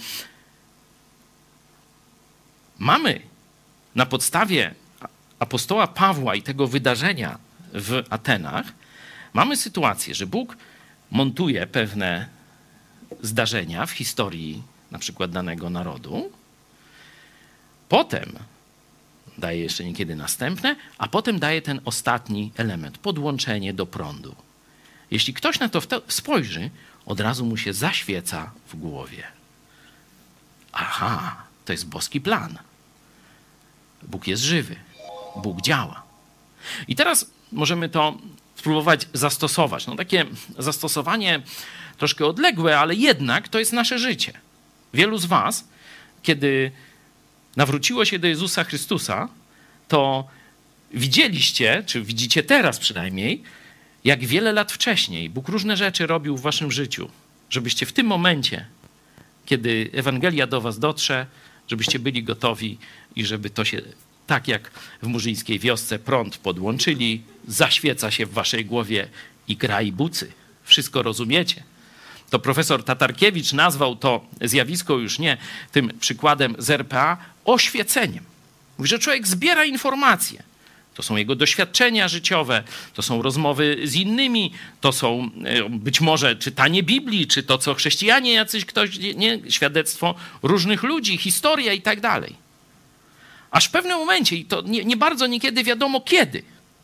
mamy na podstawie apostoła Pawła i tego wydarzenia w Atenach, mamy sytuację, że Bóg montuje pewne zdarzenia w historii na przykład danego narodu, potem daje jeszcze niekiedy następne, a potem daje ten ostatni element, podłączenie do prądu. Jeśli ktoś na to spojrzy, od razu mu się zaświeca w głowie. Aha, to jest boski plan. Bóg jest żywy. Bóg działa. I teraz możemy to spróbować zastosować. No takie zastosowanie troszkę odległe, ale jednak to jest nasze życie. Wielu z was, kiedy nawróciło się do Jezusa Chrystusa, to widzieliście, czy widzicie teraz przynajmniej, jak wiele lat wcześniej Bóg różne rzeczy robił w waszym życiu, żebyście w tym momencie, kiedy Ewangelia do was dotrze, żebyście byli gotowi i żeby to się, tak jak w murzyńskiej wiosce, prąd podłączyli, zaświeca się w waszej głowie i gra i bucy. Wszystko rozumiecie. To profesor Tatarkiewicz nazwał to zjawisko już nie tym przykładem z R P A, oświeceniem. Mówi, że człowiek zbiera informacje. To są jego doświadczenia życiowe, to są rozmowy z innymi, to są być może czytanie Biblii, czy to, co chrześcijanie jacyś ktoś, nie, świadectwo różnych ludzi, historia i tak dalej. Aż w pewnym momencie, i to nie, nie bardzo niekiedy wiadomo kiedy,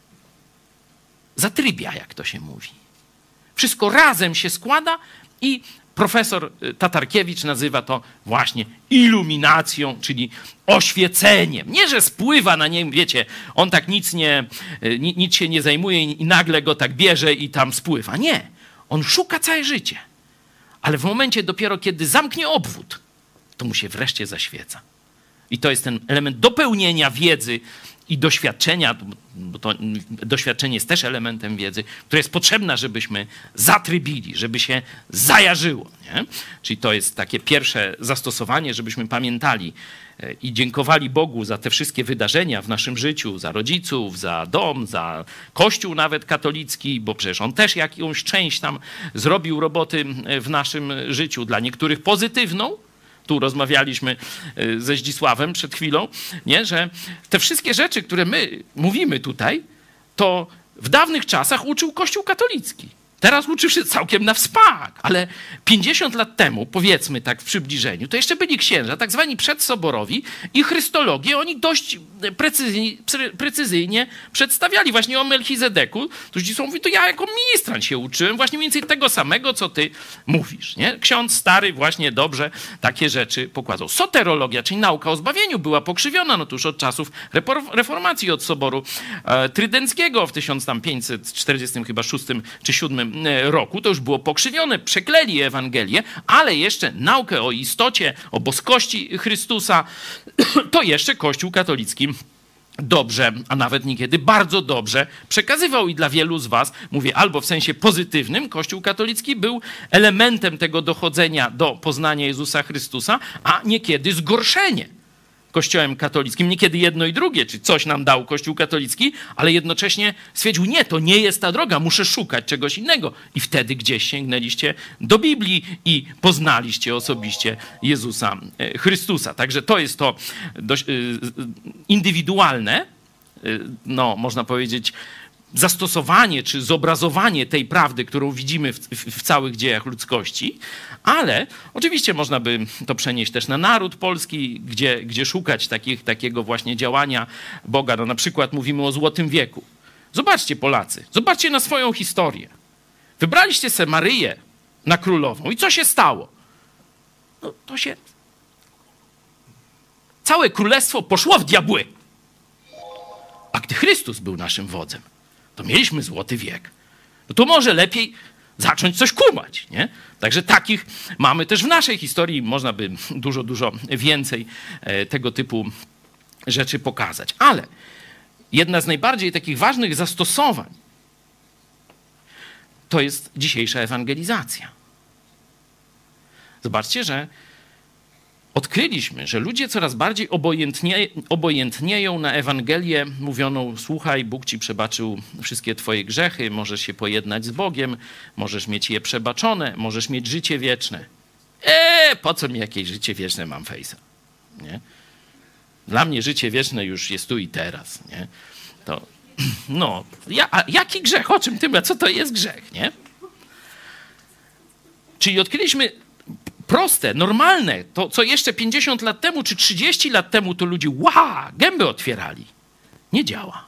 zatrybia, jak to się mówi. Wszystko razem się składa i profesor Tatarkiewicz nazywa to właśnie iluminacją, czyli oświeceniem. Nie, że spływa na nim, wiecie, on tak nic, nie, nic się nie zajmuje i nagle go tak bierze i tam spływa. Nie, on szuka całe życie. Ale w momencie dopiero, kiedy zamknie obwód, to mu się wreszcie zaświeca. I to jest ten element dopełnienia wiedzy i doświadczenia, bo to doświadczenie jest też elementem wiedzy, która jest potrzebna, żebyśmy zatrybili, żeby się zajarzyło. Nie? Czyli to jest takie pierwsze zastosowanie, żebyśmy pamiętali i dziękowali Bogu za te wszystkie wydarzenia w naszym życiu, za rodziców, za dom, za Kościół nawet katolicki, bo przecież on też jakąś część tam zrobił roboty w naszym życiu, dla niektórych pozytywną. Tu rozmawialiśmy ze Zdzisławem przed chwilą, nie? Że te wszystkie rzeczy, które my mówimy tutaj, to w dawnych czasach uczył Kościół katolicki. Teraz uczy się całkiem na wspak, ale pięćdziesiąt lat temu, powiedzmy tak w przybliżeniu, to jeszcze byli księża, tak zwani przedsoborowi i chrystologię oni dość precyzyjnie, precyzyjnie przedstawiali. Właśnie o Melchizedeku, to Zdzisław mówi, to ja jako ministrant się uczyłem właśnie mniej więcej tego samego, co ty mówisz. Nie? Ksiądz stary właśnie dobrze takie rzeczy pokładał. Soterologia, czyli nauka o zbawieniu była pokrzywiona, no to już od czasów reformacji, od Soboru Trydenckiego w tysiąc pięćset czterdziestym chyba szóstym czy siódmym roku, to już było pokrzywione, przekleli Ewangelię, ale jeszcze naukę o istocie, o boskości Chrystusa, to jeszcze Kościół katolicki dobrze, a nawet niekiedy bardzo dobrze przekazywał i dla wielu z was, mówię, albo w sensie pozytywnym, Kościół katolicki był elementem tego dochodzenia do poznania Jezusa Chrystusa, a niekiedy zgorszenie Kościołem katolickim, niekiedy jedno i drugie, czy coś nam dał Kościół katolicki, ale jednocześnie stwierdził, nie, to nie jest ta droga, muszę szukać czegoś innego. I wtedy gdzieś sięgnęliście do Biblii i poznaliście osobiście Jezusa Chrystusa. Także to jest to dość indywidualne, no można powiedzieć, zastosowanie czy zobrazowanie tej prawdy, którą widzimy w, w, w całych dziejach ludzkości, ale oczywiście można by to przenieść też na naród polski, gdzie, gdzie szukać takich, takiego właśnie działania Boga. No na przykład mówimy o Złotym Wieku. Zobaczcie Polacy, zobaczcie na swoją historię. Wybraliście se Maryję na królową i co się stało? No to się... Całe królestwo poszło w diabły. A gdy Chrystus był naszym wodzem, to mieliśmy Złoty Wiek. No to może lepiej zacząć coś kumać, nie? Także takich mamy też w naszej historii. Można by dużo, dużo więcej tego typu rzeczy pokazać. Ale jedna z najbardziej takich ważnych zastosowań to jest dzisiejsza ewangelizacja. Zobaczcie, że odkryliśmy, że ludzie coraz bardziej obojętnie, obojętnieją na Ewangelię mówioną, słuchaj, Bóg ci przebaczył wszystkie twoje grzechy, możesz się pojednać z Bogiem, możesz mieć je przebaczone, możesz mieć życie wieczne. Eee, po co mi jakieś życie wieczne, mam fejsa, nie? Dla mnie życie wieczne już jest tu i teraz, nie? To, no, ja, a jaki grzech? O czym ty mówisz? Co to jest grzech, nie? Czyli odkryliśmy proste, normalne, to co jeszcze pięćdziesiąt lat temu czy trzydzieści lat temu to ludzie ła, gęby otwierali. Nie działa.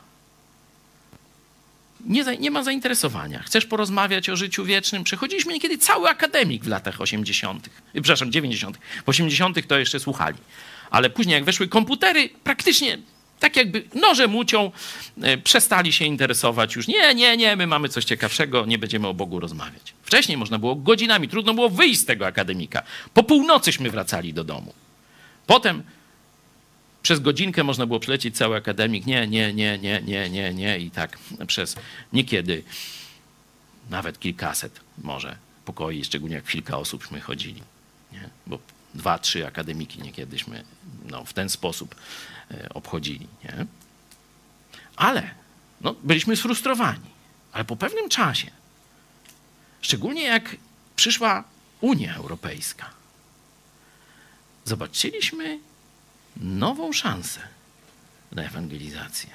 Nie, nie ma zainteresowania. Chcesz porozmawiać o życiu wiecznym? Przechodziliśmy niekiedy cały akademik w latach osiemdziesiątych. Przepraszam, dziewięćdziesiątych. W osiemdziesiątych to jeszcze słuchali. Ale później jak weszły komputery, praktycznie tak jakby nożem uciął, e, przestali się interesować już. Nie, nie, nie, my mamy coś ciekawszego, nie będziemy o Bogu rozmawiać. Wcześniej można było godzinami, trudno było wyjść z tego akademika. Po północyśmy wracali do domu. Potem przez godzinkę można było przelecieć cały akademik. Nie, nie, nie, nie, nie, nie, nie. I tak przez niekiedy nawet kilkaset może pokoi, szczególnie jak kilka osóbśmy chodzili. Nie? Bo dwa, trzy akademiki niekiedyśmy no, w ten sposób e, obchodzili. Nie? Ale no, byliśmy sfrustrowani. Ale po pewnym czasie, szczególnie jak przyszła Unia Europejska, zobaczyliśmy nową szansę na ewangelizację.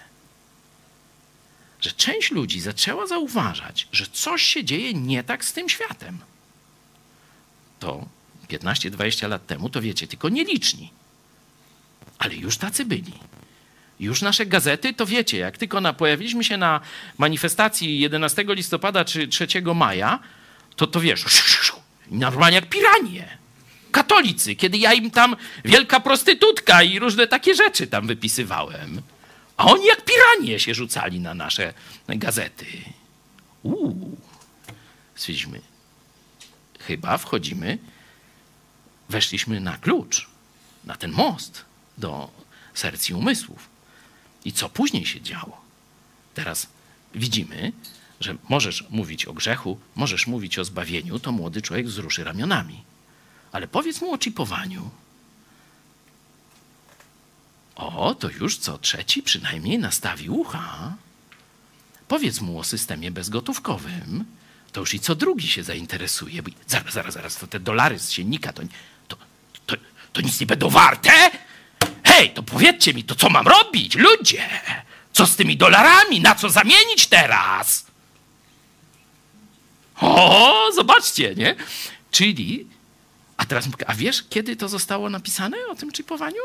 Że część ludzi zaczęła zauważać, że coś się dzieje nie tak z tym światem. To piętnaście dwadzieścia lat temu, to wiecie, tylko nieliczni. Ale już tacy byli. Już nasze gazety, to wiecie, jak tylko na, pojawiliśmy się na manifestacji jedenastego listopada czy trzeciego maja, to to wiesz, normalnie jak piranie. Katolicy, kiedy ja im tam wielka prostytutka i różne takie rzeczy tam wypisywałem. A oni jak piranie się rzucali na nasze gazety. Uuu. Stwierdziliśmy, chyba wchodzimy, weszliśmy na klucz, na ten most do serc i umysłów. I co później się działo? Teraz widzimy, że możesz mówić o grzechu, możesz mówić o zbawieniu, to młody człowiek wzruszy ramionami. Ale powiedz mu o czipowaniu. O, to już co trzeci przynajmniej nastawi ucha. Powiedz mu o systemie bezgotówkowym. To już i co drugi się zainteresuje. Bo zaraz, zaraz, zaraz, to te dolary z silnika, to, to, to, to nic nie będą warte? Hej, to powiedzcie mi, to co mam robić? Ludzie, co z tymi dolarami? Na co zamienić teraz? O, zobaczcie, nie? Czyli... A teraz, a wiesz, kiedy to zostało napisane o tym czipowaniu?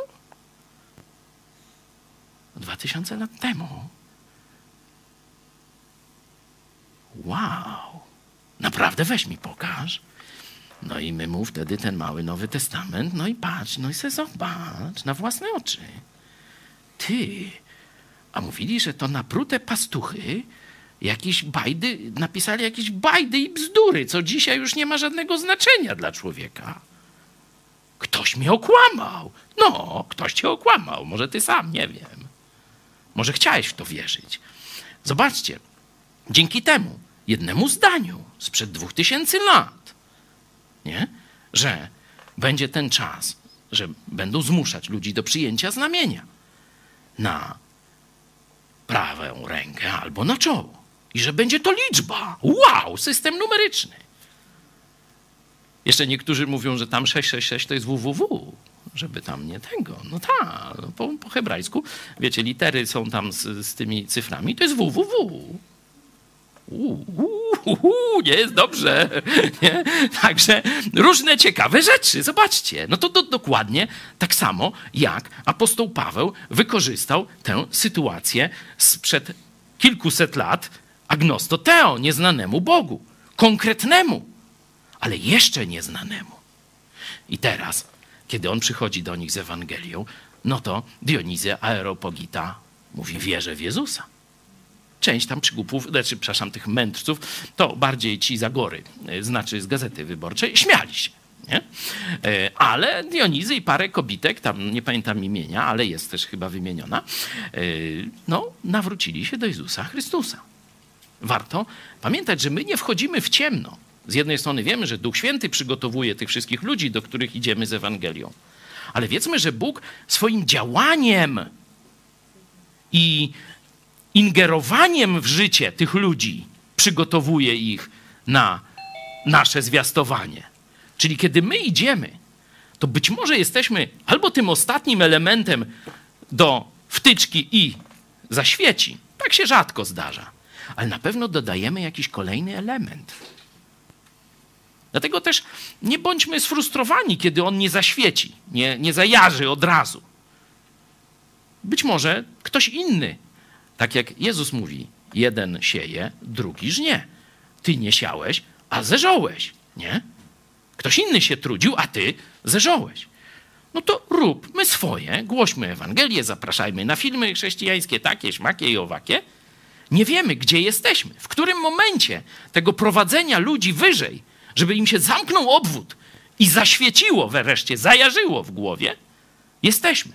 Dwa tysiące lat temu. Wow. Naprawdę weź mi pokaż. No i my mu wtedy ten mały Nowy Testament, no i patrz, no i se zobacz na własne oczy. Ty, a mówili, że to naprute pastuchy jakieś bajdy, napisali jakieś bajdy i bzdury, co dzisiaj już nie ma żadnego znaczenia dla człowieka. Ktoś mnie okłamał. No, ktoś cię okłamał. Może ty sam, nie wiem. Może chciałeś w to wierzyć. Zobaczcie, dzięki temu jednemu zdaniu sprzed dwóch tysięcy lat, nie? Że będzie ten czas, że będą zmuszać ludzi do przyjęcia znamienia na prawą rękę albo na czoło. I że będzie to liczba. Wow, system numeryczny. Jeszcze niektórzy mówią, że tam sześć sześć sześć to jest www, żeby tam nie tego. No tak, no po, po hebrajsku, wiecie, litery są tam z, z tymi cyframi, to jest www. Uuu, nie jest dobrze. Nie? Także różne ciekawe rzeczy. Zobaczcie. No to do, dokładnie tak samo, jak apostoł Paweł wykorzystał tę sytuację sprzed kilkuset lat agnostoteo, nieznanemu Bogu, konkretnemu, ale jeszcze nieznanemu. I teraz, kiedy on przychodzi do nich z Ewangelią, no to Dionizy Areopagita mówi, wierzę w Jezusa. Część tam przygłupów, znaczy, przepraszam, tych mędrców, to bardziej ci zagory, znaczy z Gazety Wyborczej, śmiali się. Nie? Ale Dionizy i parę kobitek, tam nie pamiętam imienia, ale jest też chyba wymieniona, no, nawrócili się do Jezusa Chrystusa. Warto pamiętać, że my nie wchodzimy w ciemno. Z jednej strony wiemy, że Duch Święty przygotowuje tych wszystkich ludzi, do których idziemy z Ewangelią. Ale wiedzmy, że Bóg swoim działaniem i ingerowaniem w życie tych ludzi przygotowuje ich na nasze zwiastowanie. Czyli kiedy my idziemy, to być może jesteśmy albo tym ostatnim elementem do wtyczki i zaświeci. Tak się rzadko zdarza. Ale na pewno dodajemy jakiś kolejny element. Dlatego też nie bądźmy sfrustrowani, kiedy on nie zaświeci, nie, nie zajarzy od razu. Być może ktoś inny, tak jak Jezus mówi, jeden sieje, drugi żnie. Ty nie siałeś, a zeżąłeś, nie? Ktoś inny się trudził, a ty zeżąłeś. No to róbmy swoje, głośmy Ewangelię, zapraszajmy na filmy chrześcijańskie, takie, śmakie i owakie. Nie wiemy, gdzie jesteśmy, w którym momencie tego prowadzenia ludzi wyżej, żeby im się zamknął obwód i zaświeciło wreszcie, zajarzyło w głowie, jesteśmy.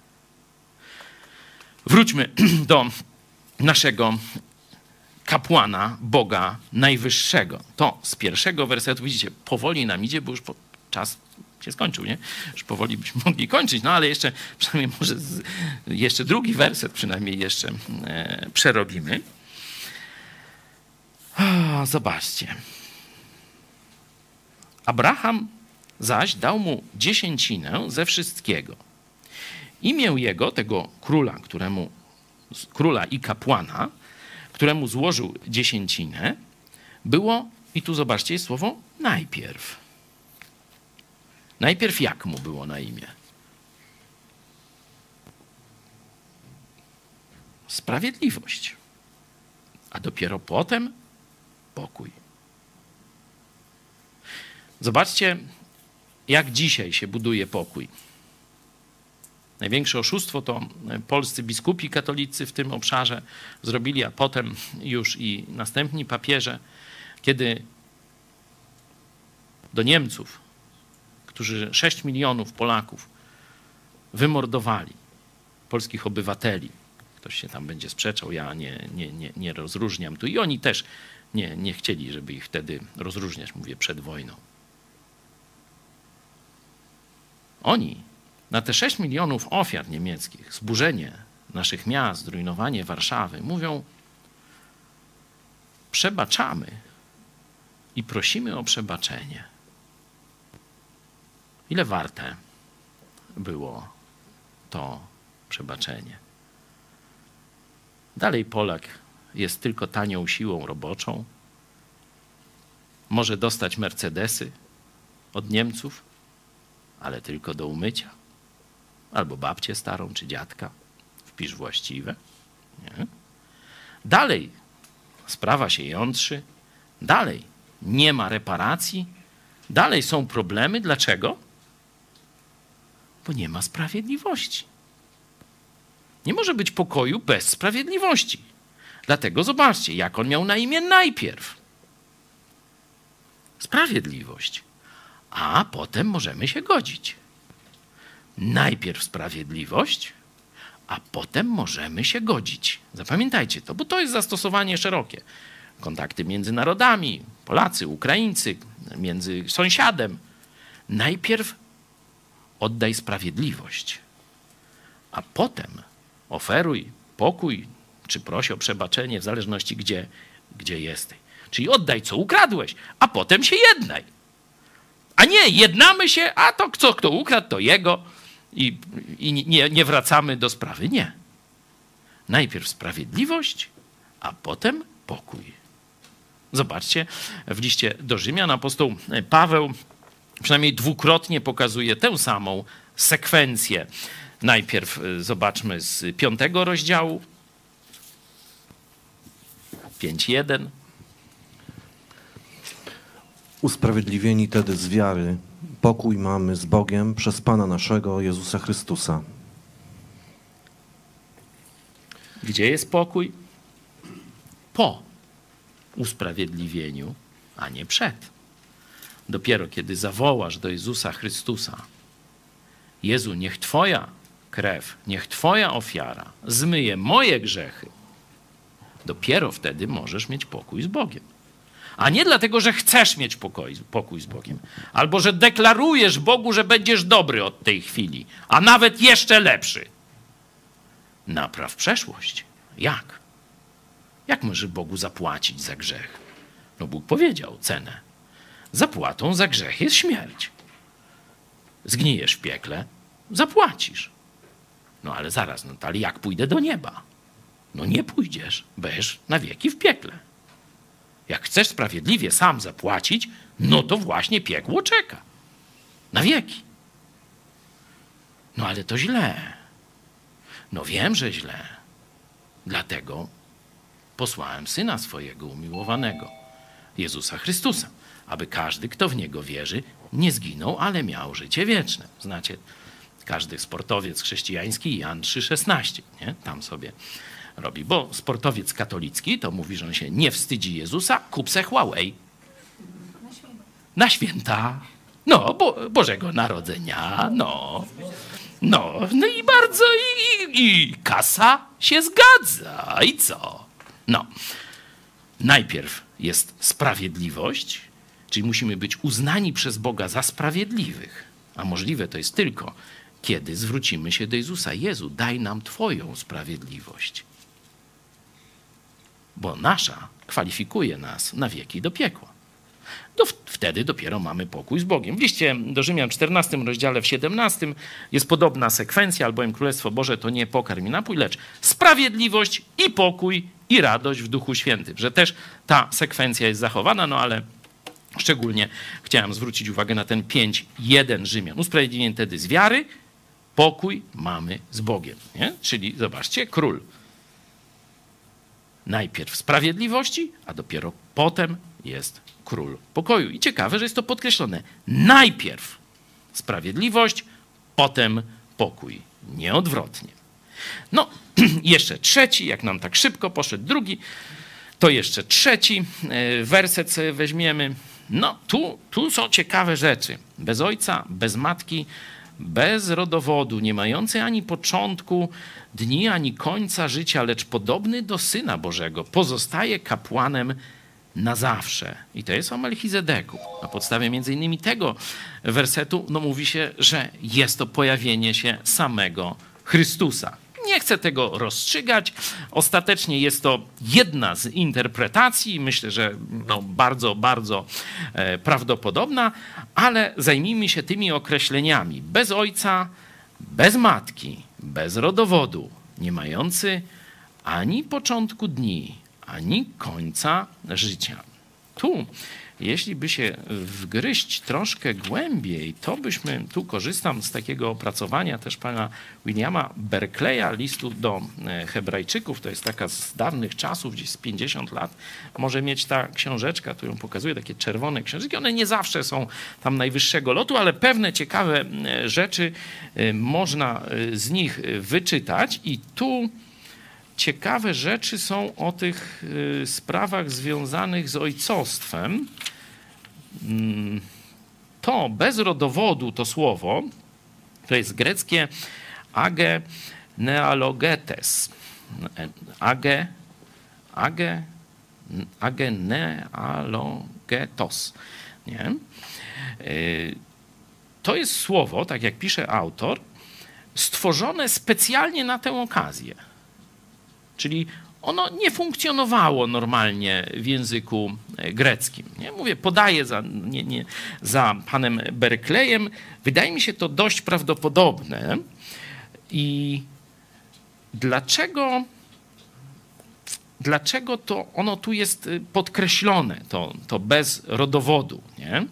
Wróćmy do naszego kapłana Boga Najwyższego. To z pierwszego wersetu, widzicie, powoli nam idzie, bo już po, czas się skończył, nie? Już powoli byśmy mogli kończyć, no ale jeszcze przynajmniej może z, jeszcze drugi werset przynajmniej jeszcze e, przerobimy. O, zobaczcie. Abraham zaś dał mu dziesięcinę ze wszystkiego. Imię jego, tego króla, któremu, króla i kapłana, któremu złożył dziesięcinę, było, i tu zobaczcie, jest słowo najpierw. Najpierw jak mu było na imię? Sprawiedliwość. A dopiero potem pokój. Zobaczcie, jak dzisiaj się buduje pokój. Największe oszustwo to polscy biskupi katolicy w tym obszarze zrobili, a potem już i następni papieże, kiedy do Niemców, którzy sześć milionów Polaków wymordowali, polskich obywateli. Ktoś się tam będzie sprzeczał, ja nie, nie, nie, nie rozróżniam tu. I oni też nie, nie chcieli, żeby ich wtedy rozróżniać, mówię, przed wojną. Oni na te sześć milionów ofiar niemieckich, zburzenie naszych miast, zrujnowanie Warszawy, mówią: przebaczamy i prosimy o przebaczenie. Ile warte było to przebaczenie? Dalej Polak jest tylko tanią siłą roboczą. Może dostać Mercedesy od Niemców, ale tylko do umycia. Albo babcię starą, czy dziadka. Wpisz właściwe. Nie? Dalej sprawa się jątrzy. Dalej nie ma reparacji. Dalej są problemy. Dlaczego? Bo nie ma sprawiedliwości. Nie może być pokoju bez sprawiedliwości. Dlatego zobaczcie, jak on miał na imię najpierw. Sprawiedliwość. A potem możemy się godzić. Najpierw sprawiedliwość, a potem możemy się godzić. Zapamiętajcie to, bo to jest zastosowanie szerokie. Kontakty między narodami, Polacy, Ukraińcy, między sąsiadem. Najpierw oddaj sprawiedliwość, a potem oferuj pokój, czy proś o przebaczenie, w zależności gdzie, gdzie jesteś. Czyli oddaj, co ukradłeś, a potem się jednaj. A nie, jednamy się, a to co kto ukradł, to jego i, i nie, nie wracamy do sprawy. Nie. Najpierw sprawiedliwość, a potem pokój. Zobaczcie, w liście do Rzymian apostoł Paweł przynajmniej dwukrotnie pokazuje tę samą sekwencję. Najpierw zobaczmy z piątego rozdziału, pięć jeden. Usprawiedliwieni tedy z wiary, pokój mamy z Bogiem przez Pana naszego Jezusa Chrystusa. Gdzie jest pokój? Po usprawiedliwieniu, a nie przed. Dopiero kiedy zawołasz do Jezusa Chrystusa: Jezu, niech Twoja krew, niech Twoja ofiara zmyje moje grzechy, dopiero wtedy możesz mieć pokój z Bogiem. A nie dlatego, że chcesz mieć pokój, pokój z Bogiem, albo że deklarujesz Bogu, że będziesz dobry od tej chwili, a nawet jeszcze lepszy. Napraw przeszłość. Jak? Jak możesz Bogu zapłacić za grzech? No Bóg powiedział cenę. zapłatą za grzech jest śmierć. Zgnijesz w piekle, zapłacisz. No ale zaraz, no ale jak pójdę do nieba? No nie pójdziesz, będziesz na wieki w piekle. Jak chcesz sprawiedliwie sam zapłacić, no to właśnie piekło czeka. Na wieki. No ale to źle. No wiem, że źle. Dlatego posłałem Syna swojego umiłowanego, Jezusa Chrystusa, aby każdy, kto w Niego wierzy, nie zginął, ale miał życie wieczne. Znacie, każdy sportowiec chrześcijański, Jan trzy szesnaście, nie? Tam sobie robi. Bo sportowiec katolicki to mówi, że on się nie wstydzi Jezusa, kup se Huawei. Na święta. Na święta. No, bo, Bożego Narodzenia, no. No, no i bardzo, i, i, i kasa się zgadza. I co? No, najpierw jest sprawiedliwość, czyli musimy być uznani przez Boga za sprawiedliwych. A możliwe to jest tylko, kiedy zwrócimy się do Jezusa. Jezu, daj nam Twoją sprawiedliwość. Bo nasza kwalifikuje nas na wieki do piekła. To wtedy dopiero mamy pokój z Bogiem. W liście do Rzymian w czternastym rozdziale, w siedemnastym jest podobna sekwencja, albowiem Królestwo Boże to nie pokarm i napój, lecz sprawiedliwość i pokój i radość w Duchu Świętym. Że też ta sekwencja jest zachowana, no ale szczególnie chciałem zwrócić uwagę na ten pięć jeden Rzymian. Usprawiedliwienie wtedy z wiary, pokój mamy z Bogiem. Nie? Czyli zobaczcie, król najpierw sprawiedliwości, a dopiero potem jest król pokoju. I ciekawe, że jest to podkreślone. Najpierw sprawiedliwość, potem pokój. Nieodwrotnie. No, jeszcze trzeci, jak nam tak szybko poszedł drugi, to jeszcze trzeci werset sobie weźmiemy. No, tu, tu są ciekawe rzeczy. Bez ojca, bez matki, bez rodowodu, nie mający ani początku dni, ani końca życia, lecz podobny do Syna Bożego, pozostaje kapłanem na zawsze. I to jest o Melchizedeku. Na podstawie między innymi tego wersetu no, mówi się, że jest to pojawienie się samego Chrystusa. Nie chcę tego rozstrzygać. Ostatecznie jest to jedna z interpretacji, myślę, że no, bardzo, bardzo e, prawdopodobna, ale zajmijmy się tymi określeniami. Bez ojca, bez matki, bez rodowodu, nie mający ani początku dni, ani końca życia. Tu, jeśli by się wgryźć troszkę głębiej, to byśmy, tu korzystam z takiego opracowania też pana Williama Berkeleya, listu do Hebrajczyków, to jest taka z dawnych czasów, gdzieś z pięćdziesiąt lat, może mieć ta książeczka, tu ją pokazuje, takie czerwone książeczki, one nie zawsze są tam najwyższego lotu, ale pewne ciekawe rzeczy można z nich wyczytać i tu ciekawe rzeczy są o tych y, sprawach związanych z ojcostwem. Mm, to bez rodowodu, to słowo, to jest greckie age nealogetes. Age, age, age nealogetos. Nie? Y, to jest słowo, tak jak pisze autor, stworzone specjalnie na tę okazję. Czyli ono nie funkcjonowało normalnie w języku greckim. Nie? Mówię, podaję za, nie, nie, za panem Berkeleyem. Wydaje mi się to dość prawdopodobne. I dlaczego, dlaczego to ono tu jest podkreślone, to, to bez rodowodu? Nie?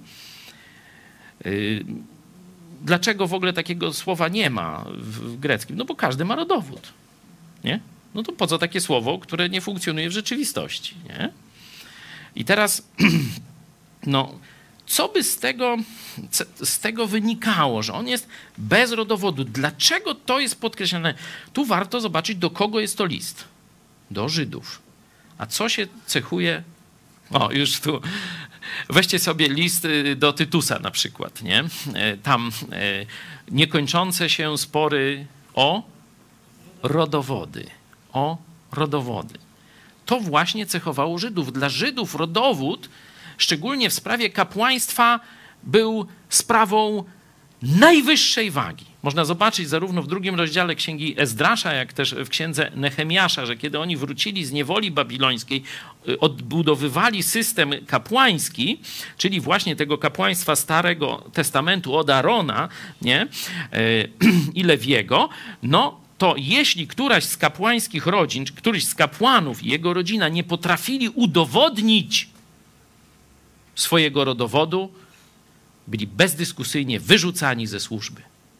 Dlaczego w ogóle takiego słowa nie ma w greckim? No bo każdy ma rodowód. Nie? No to po co takie słowo, które nie funkcjonuje w rzeczywistości, nie? I teraz, no, co by z tego, z tego wynikało, że on jest bez rodowodu? Dlaczego to jest podkreślone? Tu warto zobaczyć, do kogo jest to list. Do Żydów. A co się cechuje? O, już tu. Weźcie sobie list do Tytusa na przykład, nie? Tam niekończące się spory o rodowody. O rodowody. To właśnie cechowało Żydów. Dla Żydów rodowód, szczególnie w sprawie kapłaństwa, był sprawą najwyższej wagi. Można zobaczyć zarówno w drugim rozdziale Księgi Ezdrasza, jak też w Księdze Nehemiasza, że kiedy oni wrócili z niewoli babilońskiej, odbudowywali system kapłański, czyli właśnie tego kapłaństwa Starego Testamentu od Arona, nie? I Lewiego, no to jeśli któraś z kapłańskich rodzin, czy któryś z kapłanów i jego rodzina nie potrafili udowodnić swojego rodowodu, byli bezdyskusyjnie wyrzucani ze służby.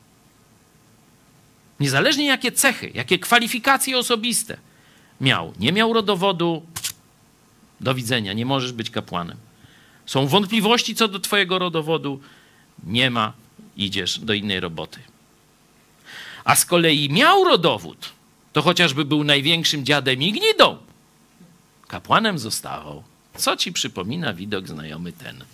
Niezależnie jakie cechy, jakie kwalifikacje osobiste miał, nie miał rodowodu, do widzenia, nie możesz być kapłanem. Są wątpliwości co do twojego rodowodu, nie ma, idziesz do innej roboty. A z kolei miał rodowód, to chociażby był największym dziadem i gnidą, kapłanem zostawał. Co ci przypomina widok znajomy ten?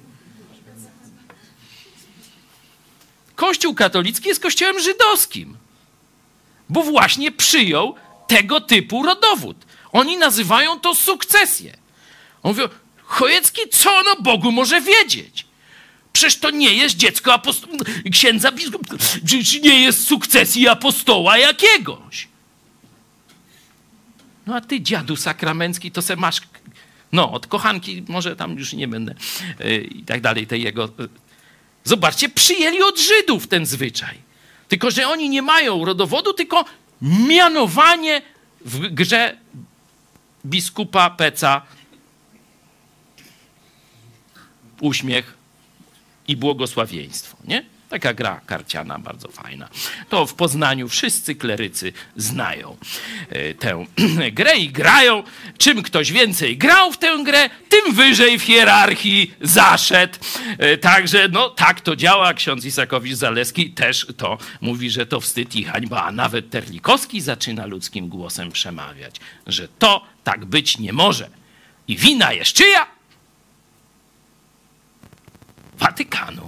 Kościół katolicki jest kościołem żydowskim, bo właśnie przyjął tego typu rodowód. Oni nazywają to sukcesję. On mówią, Chojecki, co ono Bogu może wiedzieć? Przecież to nie jest dziecko apostoła, księdza biskupa, przecież nie jest sukcesji apostoła jakiegoś. No a ty, dziadu sakramencki, to se masz, no od kochanki, może tam już nie będę yy, i tak dalej, tej jego... Yy. Zobaczcie, przyjęli od Żydów ten zwyczaj. Tylko że oni nie mają rodowodu, tylko mianowanie w grze biskupa Peca, uśmiech i błogosławieństwo, nie? Taka gra karciana, bardzo fajna. To w Poznaniu wszyscy klerycy znają tę grę i grają. Czym ktoś więcej grał w tę grę, tym wyżej w hierarchii zaszedł. Także no tak to działa. Ksiądz Isakowicz-Zaleski też to mówi, że to wstyd i hańba, a nawet Terlikowski zaczyna ludzkim głosem przemawiać, że to tak być nie może. I wina jest czyja? Watykanu.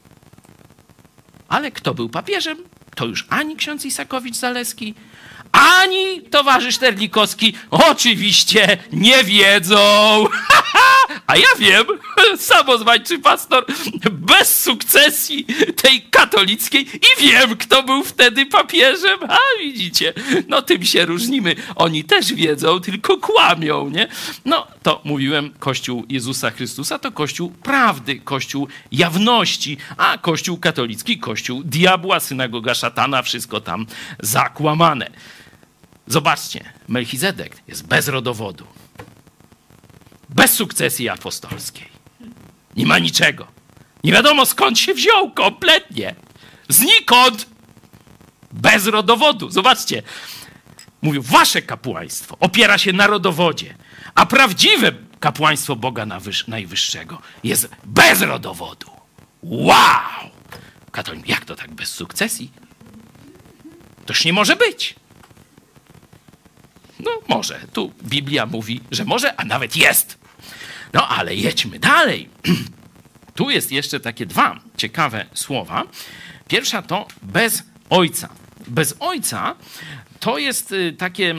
Ale kto był papieżem, to już ani ksiądz Isakowicz-Zaleski, ani towarzysz Terlikowski oczywiście nie wiedzą. A ja wiem, samozwańczy pastor, bez sukcesji tej katolickiej i wiem, kto był wtedy papieżem. A widzicie, no tym się różnimy. Oni też wiedzą, tylko kłamią, nie? No to mówiłem, Kościół Jezusa Chrystusa to Kościół prawdy, Kościół jawności, a Kościół katolicki, Kościół diabła, synagoga szatana, wszystko tam zakłamane. Zobaczcie, Melchizedek jest bez rodowodu. Bez sukcesji apostolskiej. Nie ma niczego. Nie wiadomo skąd się wziął kompletnie. Znikąd. Bez rodowodu. Zobaczcie. Mówił, wasze kapłaństwo opiera się na rodowodzie, a prawdziwe kapłaństwo Boga Najwyższego jest bez rodowodu. Wow! Katolik, jak to tak bez sukcesji? Toż nie może być. No może. Tu Biblia mówi, że może, a nawet jest. No ale jedźmy dalej. Tu jest jeszcze takie dwa ciekawe słowa. Pierwsza to bez ojca. Bez ojca to jest takie...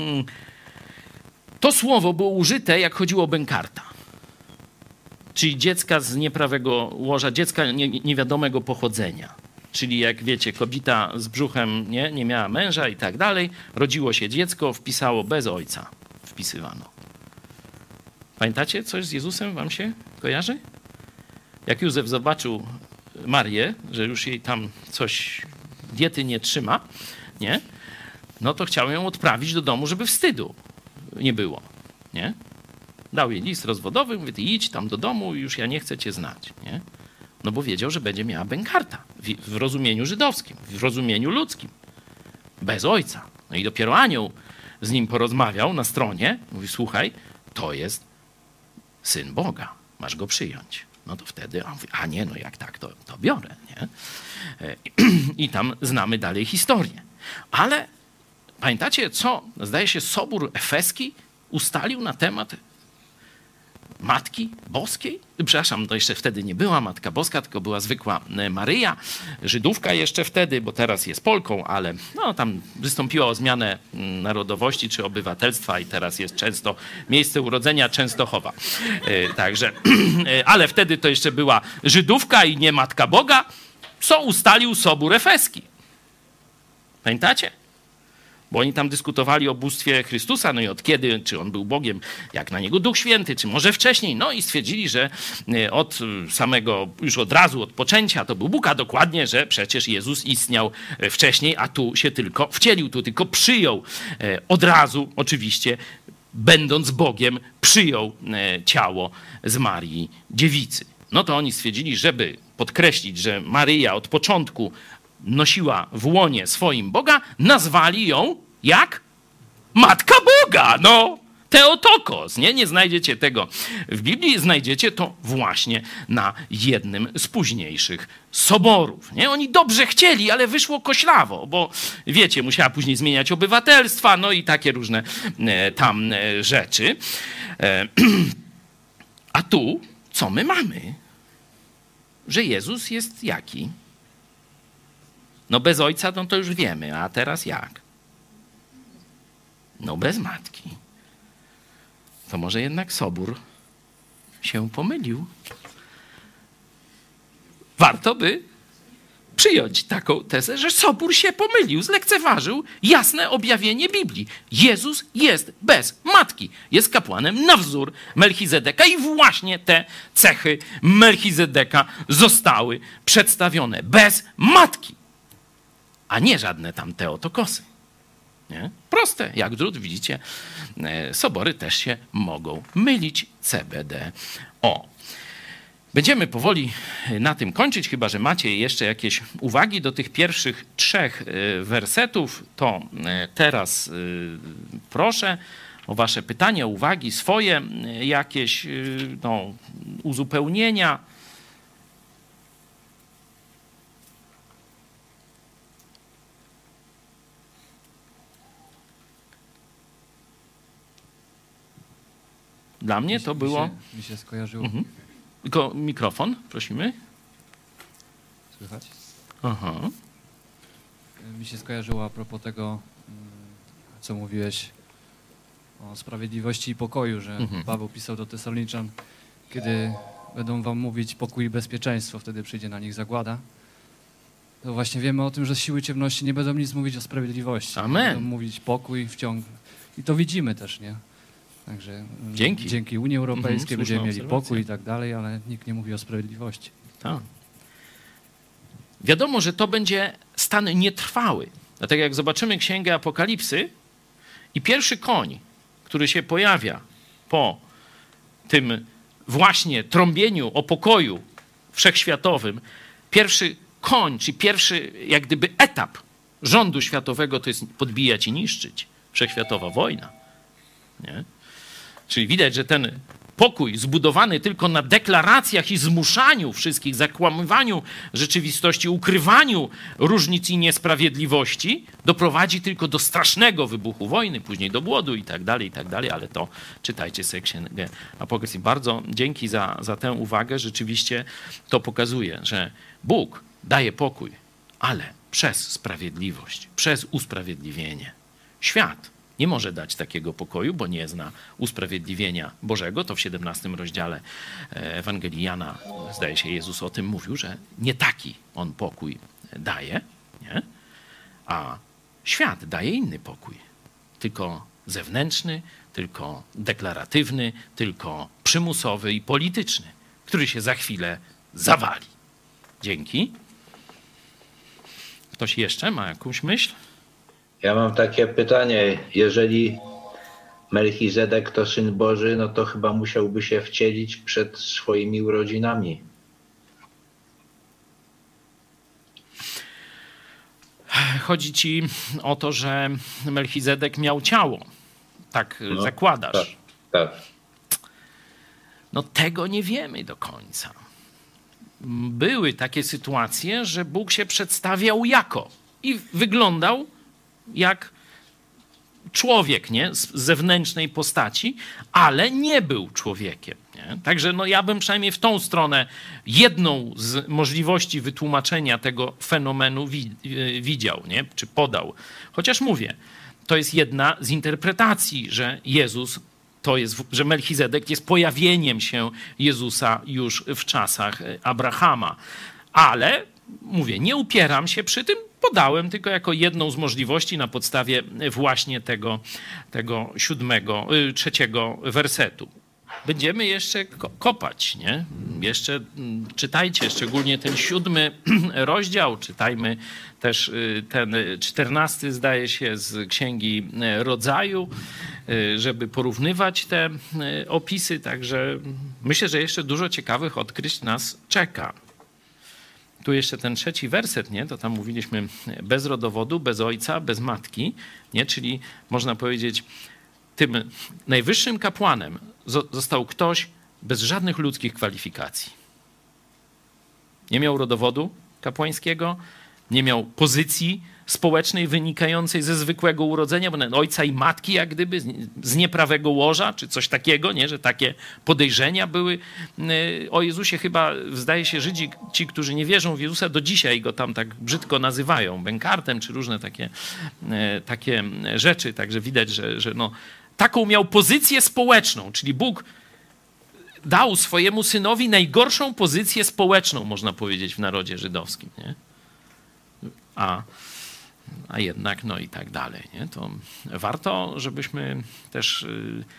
To słowo było użyte, jak chodziło o bękarta. Czyli dziecka z nieprawego łoża, dziecka nie, niewiadomego pochodzenia. Czyli jak wiecie, kobieta z brzuchem nie, nie miała męża i tak dalej, rodziło się dziecko, wpisało bez ojca, wpisywano. Pamiętacie coś z Jezusem? Wam się kojarzy? Jak Józef zobaczył Marię, że już jej tam coś, diety nie trzyma, nie? No to chciał ją odprawić do domu, żeby wstydu nie było, nie? Dał jej list rozwodowy, mówi, ty idź tam do domu, już ja nie chcę cię znać, nie? No bo wiedział, że będzie miała bękarta w, w rozumieniu żydowskim, w rozumieniu ludzkim. Bez ojca. No i dopiero anioł z nim porozmawiał na stronie. Mówi, słuchaj, to jest Syn Boga. Masz go przyjąć. No to wtedy on mówi, a nie, no jak tak, to, to biorę, nie? I tam znamy dalej historię. Ale pamiętacie, co, zdaje się, Sobór Efeski ustalił na temat Matki Boskiej? Przepraszam, to jeszcze wtedy nie była Matka Boska, tylko była zwykła Maryja, Żydówka jeszcze wtedy, bo teraz jest Polką, ale no, tam wystąpiła o zmianę narodowości czy obywatelstwa i teraz jest często miejsce urodzenia Częstochowa. Także, ale wtedy to jeszcze była Żydówka i nie Matka Boga, co ustalił Sobór Efeski. Pamiętacie? Bo oni tam dyskutowali o bóstwie Chrystusa, no i od kiedy, czy on był Bogiem, jak na niego Duch Święty, czy może wcześniej. No i stwierdzili, że od samego, już od razu, od poczęcia to był Bóg, a dokładnie, że przecież Jezus istniał wcześniej, a tu się tylko wcielił, tu tylko przyjął. Od razu, oczywiście, będąc Bogiem, przyjął ciało z Marii Dziewicy. No to oni stwierdzili, żeby podkreślić, że Maryja od początku nosiła w łonie swoim Boga, nazwali ją jak? Matka Boga, no! Theotokos, nie? Nie znajdziecie tego w Biblii, znajdziecie to właśnie na jednym z późniejszych soborów. Nie? Oni dobrze chcieli, ale wyszło koślawo, bo wiecie, musiała później zmieniać obywatelstwa, no i takie różne e, tam e, rzeczy. E, a tu co my mamy? Że Jezus jest jaki? No bez ojca no to już wiemy, a teraz jak? No bez matki. To może jednak Sobór się pomylił. Warto by przyjąć taką tezę, że Sobór się pomylił, zlekceważył jasne objawienie Biblii. Jezus jest bez matki. Jest kapłanem na wzór Melchizedeka i właśnie te cechy Melchizedeka zostały przedstawione. Bez matki, a nie żadne tam Theotokosy. Nie? Proste, jak drut, widzicie, sobory też się mogą mylić. C B D O. Będziemy powoli na tym kończyć, chyba że macie jeszcze jakieś uwagi do tych pierwszych trzech wersetów, to teraz proszę o wasze pytania, uwagi, swoje jakieś no, uzupełnienia. Dla mnie to było... Mi się, mi się skojarzyło... Mhm. Tylko mikrofon, prosimy. Słychać? Aha. Mi się skojarzyło a propos tego, co mówiłeś o sprawiedliwości i pokoju, że Mhm. Paweł pisał do Tesaloniczan, kiedy będą wam mówić pokój i bezpieczeństwo, wtedy przyjdzie na nich zagłada. To właśnie wiemy o tym, że siły ciemności nie będą nic mówić o sprawiedliwości. Amen. Będą mówić pokój, wciąg. I to widzimy też, nie? Także Dzięki. dzięki Unii Europejskiej Mhm, będziemy słuszna mieli obserwacja. pokój i tak dalej, ale nikt nie mówi o sprawiedliwości. Tak. Wiadomo, że to będzie stan nietrwały. Dlatego jak zobaczymy Księgę Apokalipsy i pierwszy koń, który się pojawia po tym właśnie trąbieniu o pokoju wszechświatowym, pierwszy koń, czy pierwszy jak gdyby etap rządu światowego to jest podbijać i niszczyć. Wszechświatowa wojna. Nie? Czyli widać, że ten pokój zbudowany tylko na deklaracjach i zmuszaniu wszystkich, zakłamywaniu rzeczywistości, ukrywaniu różnic i niesprawiedliwości, doprowadzi tylko do strasznego wybuchu wojny, później do głodu i tak dalej, i tak dalej, ale to czytajcie sobie Księgę Apokalipsy. Bardzo dzięki za, za tę uwagę. Rzeczywiście to pokazuje, że Bóg daje pokój, ale przez sprawiedliwość, przez usprawiedliwienie. Świat nie może dać takiego pokoju, bo nie zna usprawiedliwienia Bożego. To w siedemnastym rozdziale Ewangelii Jana, zdaje się, Jezus o tym mówił, że nie taki on pokój daje, nie? A świat daje inny pokój. Tylko zewnętrzny, tylko deklaratywny, tylko przymusowy i polityczny, który się za chwilę zawali. Dzięki. Ktoś jeszcze ma jakąś myśl? Ja mam takie pytanie, jeżeli Melchizedek to Syn Boży, no to chyba musiałby się wcielić przed swoimi urodzinami. Chodzi ci o to, że Melchizedek miał ciało. Tak No, zakładasz. Tak, tak. No tego nie wiemy do końca. Były takie sytuacje, że Bóg się przedstawiał jako i wyglądał jak człowiek, nie? Z zewnętrznej postaci, ale nie był człowiekiem. Nie? Także no ja bym przynajmniej w tą stronę jedną z możliwości wytłumaczenia tego fenomenu wi- widział, nie? Czy podał. Chociaż mówię, to jest jedna z interpretacji, że Jezus to jest, że Melchizedek jest pojawieniem się Jezusa już w czasach Abrahama. Ale mówię, nie upieram się przy tym, podałem tylko jako jedną z możliwości na podstawie właśnie tego, tego siódmego, trzeciego wersetu. Będziemy jeszcze kopać, nie? Jeszcze czytajcie, szczególnie ten siódmy rozdział, czytajmy też ten czternasty, zdaje się, z Księgi Rodzaju, żeby porównywać te opisy, także myślę, że jeszcze dużo ciekawych odkryć nas czeka. Tu jeszcze ten trzeci werset, nie? To tam mówiliśmy bez rodowodu, bez ojca, bez matki, nie? Czyli można powiedzieć, tym najwyższym kapłanem został ktoś bez żadnych ludzkich kwalifikacji. Nie miał rodowodu kapłańskiego, nie miał pozycji społecznej wynikającej ze zwykłego urodzenia, bo ojca i matki jak gdyby z nieprawego łoża, czy coś takiego, nie? Że takie podejrzenia były o Jezusie. Chyba zdaje się Żydzi, ci, którzy nie wierzą w Jezusa, do dzisiaj go tam tak brzydko nazywają, bękartem, czy różne takie, takie rzeczy. Także widać, że, że no, taką miał pozycję społeczną, czyli Bóg dał swojemu synowi najgorszą pozycję społeczną, można powiedzieć, w narodzie żydowskim, nie? A, a jednak, no i tak dalej, nie? To warto, żebyśmy też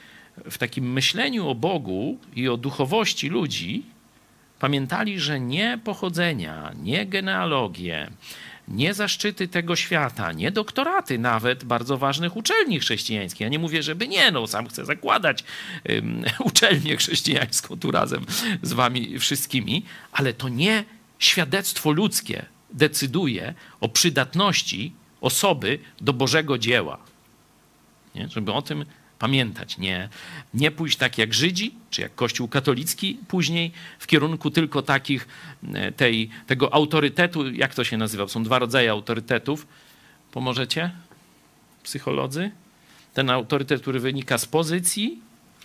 w takim myśleniu o Bogu i o duchowości ludzi pamiętali, że nie pochodzenia, nie genealogie, nie zaszczyty tego świata, nie doktoraty nawet bardzo ważnych uczelni chrześcijańskich. Ja nie mówię, żeby nie, no sam chcę zakładać um, uczelnię chrześcijańską tu razem z wami wszystkimi, ale to nie świadectwo ludzkie decyduje o przydatności osoby do Bożego dzieła. Nie? Żeby o tym pamiętać. Nie, nie pójść tak jak Żydzi, czy jak Kościół katolicki później, w kierunku tylko takich tej, tego autorytetu, jak to się nazywa? Są dwa rodzaje autorytetów. Pomożecie? Psycholodzy? Ten autorytet, który wynika z pozycji,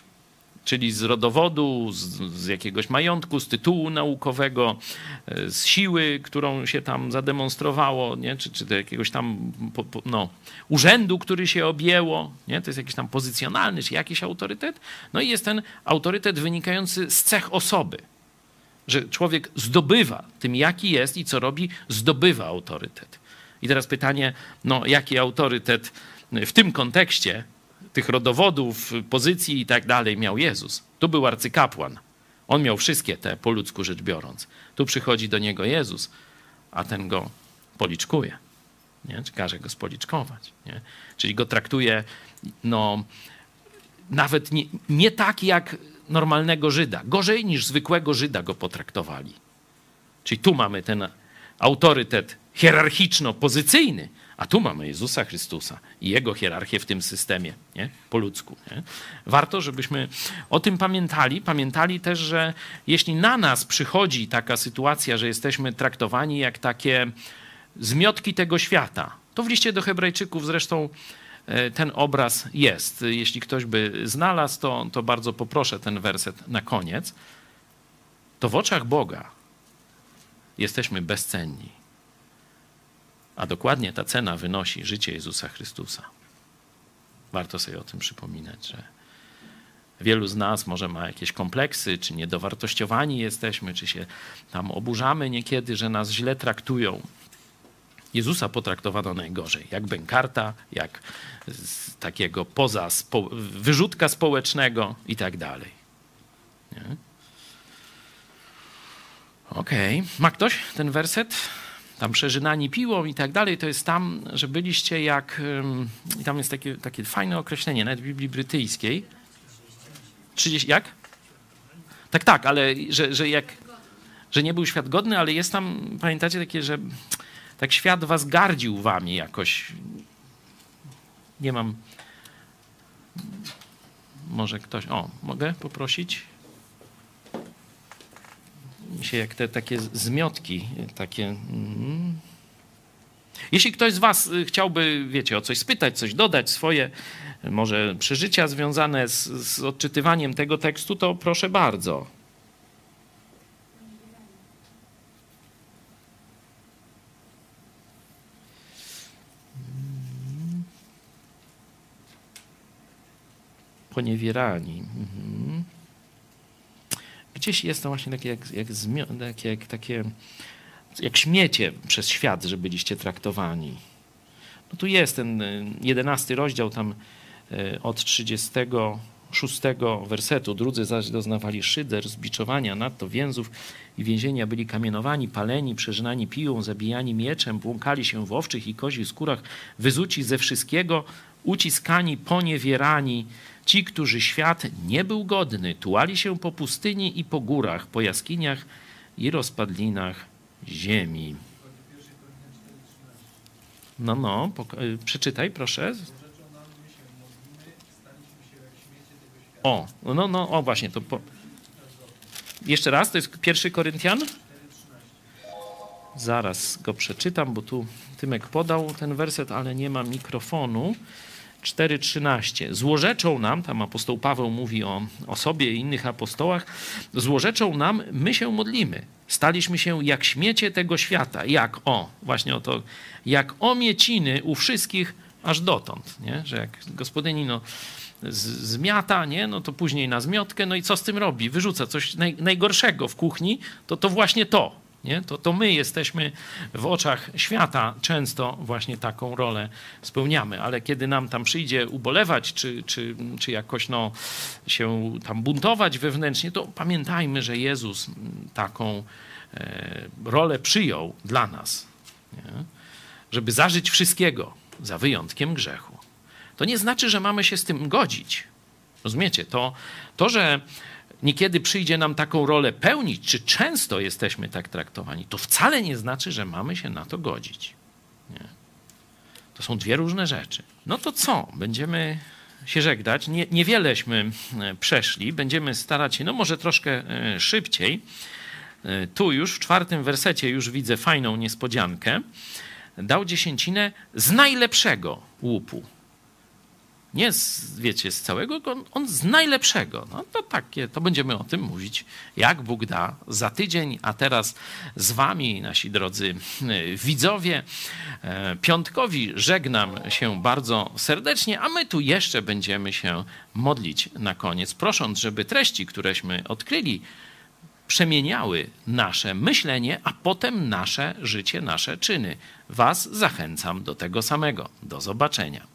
czyli z rodowodu, z, z jakiegoś majątku, z tytułu naukowego, z siły, którą się tam zademonstrowało, nie? Czy, czy do jakiegoś tam po, po, no, urzędu, który się objęło. Nie? To jest jakiś tam pozycjonalny, czy jakiś autorytet. No i jest ten autorytet wynikający z cech osoby, że człowiek zdobywa tym, jaki jest i co robi, zdobywa autorytet. I teraz pytanie, no jaki autorytet w tym kontekście tych rodowodów, pozycji i tak dalej miał Jezus. Tu był arcykapłan. On miał wszystkie te, po ludzku rzecz biorąc. Tu przychodzi do niego Jezus, a ten go policzkuje. Nie? Czy każe go spoliczkować. Nie? Czyli go traktuje no, nawet nie, nie tak jak normalnego Żyda. Gorzej niż zwykłego Żyda go potraktowali. Czyli tu mamy ten autorytet hierarchiczno-pozycyjny, a tu mamy Jezusa Chrystusa i Jego hierarchię w tym systemie, nie? Po ludzku. Nie? Warto, żebyśmy o tym pamiętali. Pamiętali też, że jeśli na nas przychodzi taka sytuacja, że jesteśmy traktowani jak takie zmiotki tego świata, to w liście do Hebrajczyków zresztą ten obraz jest. Jeśli ktoś by znalazł, to, to bardzo poproszę ten werset na koniec. To w oczach Boga jesteśmy bezcenni. A dokładnie ta cena wynosi życie Jezusa Chrystusa. Warto sobie o tym przypominać, że wielu z nas może ma jakieś kompleksy, czy niedowartościowani jesteśmy, czy się tam oburzamy niekiedy, że nas źle traktują. Jezusa potraktowano najgorzej, jak bękarta, jak z takiego poza spo, wyrzutka społecznego i tak dalej. Nie? Okej. Okay. Ma ktoś ten werset? Tam przeżynani piłą i tak dalej, to jest tam, że byliście jak... I tam jest takie, takie fajne określenie, nawet w Biblii brytyjskiej. trzydzieści, jak? Tak, tak, ale że, że jak... Że nie był świat godny, ale jest tam, pamiętacie, takie, że tak świat was gardził wami jakoś. Nie mam... Może ktoś... O, mogę poprosić? Się jak te takie zmiotki, takie... Mm. Jeśli ktoś z was chciałby, wiecie, o coś spytać, coś dodać, swoje może przeżycia związane z, z odczytywaniem tego tekstu, to proszę bardzo. Poniewierani. Mhm. Gdzieś jest to właśnie takie jak, jak, takie, jak takie jak śmiecie przez świat, że byliście traktowani. No tu jest ten jedenasty rozdział, tam od trzydziestego szóstego wersetu. Drudzy zaś doznawali szyder, zbiczowania, nadto więzów i więzienia, byli kamienowani, paleni, przeżynani piłą, zabijani mieczem, błąkali się w owczych i kozich skórach, wyzuci ze wszystkiego, uciskani, poniewierani. Ci, którzy świat nie był godny, tułali się po pustyni i po górach, po jaskiniach i rozpadlinach ziemi. No, no, przeczytaj, proszę. O, no, no, o właśnie, to po... jeszcze raz, to jest pierwszy Koryntian? Zaraz go przeczytam, bo tu Tymek podał ten werset, ale nie ma mikrofonu. cztery trzynaście. Złorzeczą nam, tam apostoł Paweł mówi o, o sobie i innych apostołach, złorzeczą nam, my się modlimy. Staliśmy się jak śmiecie tego świata, jak o, właśnie o to, jak omieciny u wszystkich aż dotąd, nie? Że jak gospodyni no, z, zmiata, nie? No to później na zmiotkę, no i co z tym robi? Wyrzuca coś naj, najgorszego w kuchni, to to właśnie to. Nie? To, to my jesteśmy w oczach świata, często właśnie taką rolę spełniamy, ale kiedy nam tam przyjdzie ubolewać, czy, czy, czy jakoś no, się tam buntować wewnętrznie, to pamiętajmy, że Jezus taką e, rolę przyjął dla nas, nie? Żeby zażyć wszystkiego, za wyjątkiem grzechu. To nie znaczy, że mamy się z tym godzić. Rozumiecie? To, to że niekiedy przyjdzie nam taką rolę pełnić, czy często jesteśmy tak traktowani, to wcale nie znaczy, że mamy się na to godzić. Nie. To są dwie różne rzeczy. No to co? Będziemy się żegnać. Nie, niewieleśmy przeszli. Będziemy starać się, no może troszkę szybciej. Tu już w czwartym wersecie już widzę fajną niespodziankę. Dał dziesięcinę z najlepszego łupu. Nie z, wiecie, z całego, on, on z najlepszego. No to takie, to będziemy o tym mówić, jak Bóg da za tydzień. A teraz z wami, nasi drodzy widzowie, piątkowi żegnam się bardzo serdecznie, a my tu jeszcze będziemy się modlić na koniec, prosząc, żeby treści, któreśmy odkryli, przemieniały nasze myślenie, a potem nasze życie, nasze czyny. Was zachęcam do tego samego. Do zobaczenia.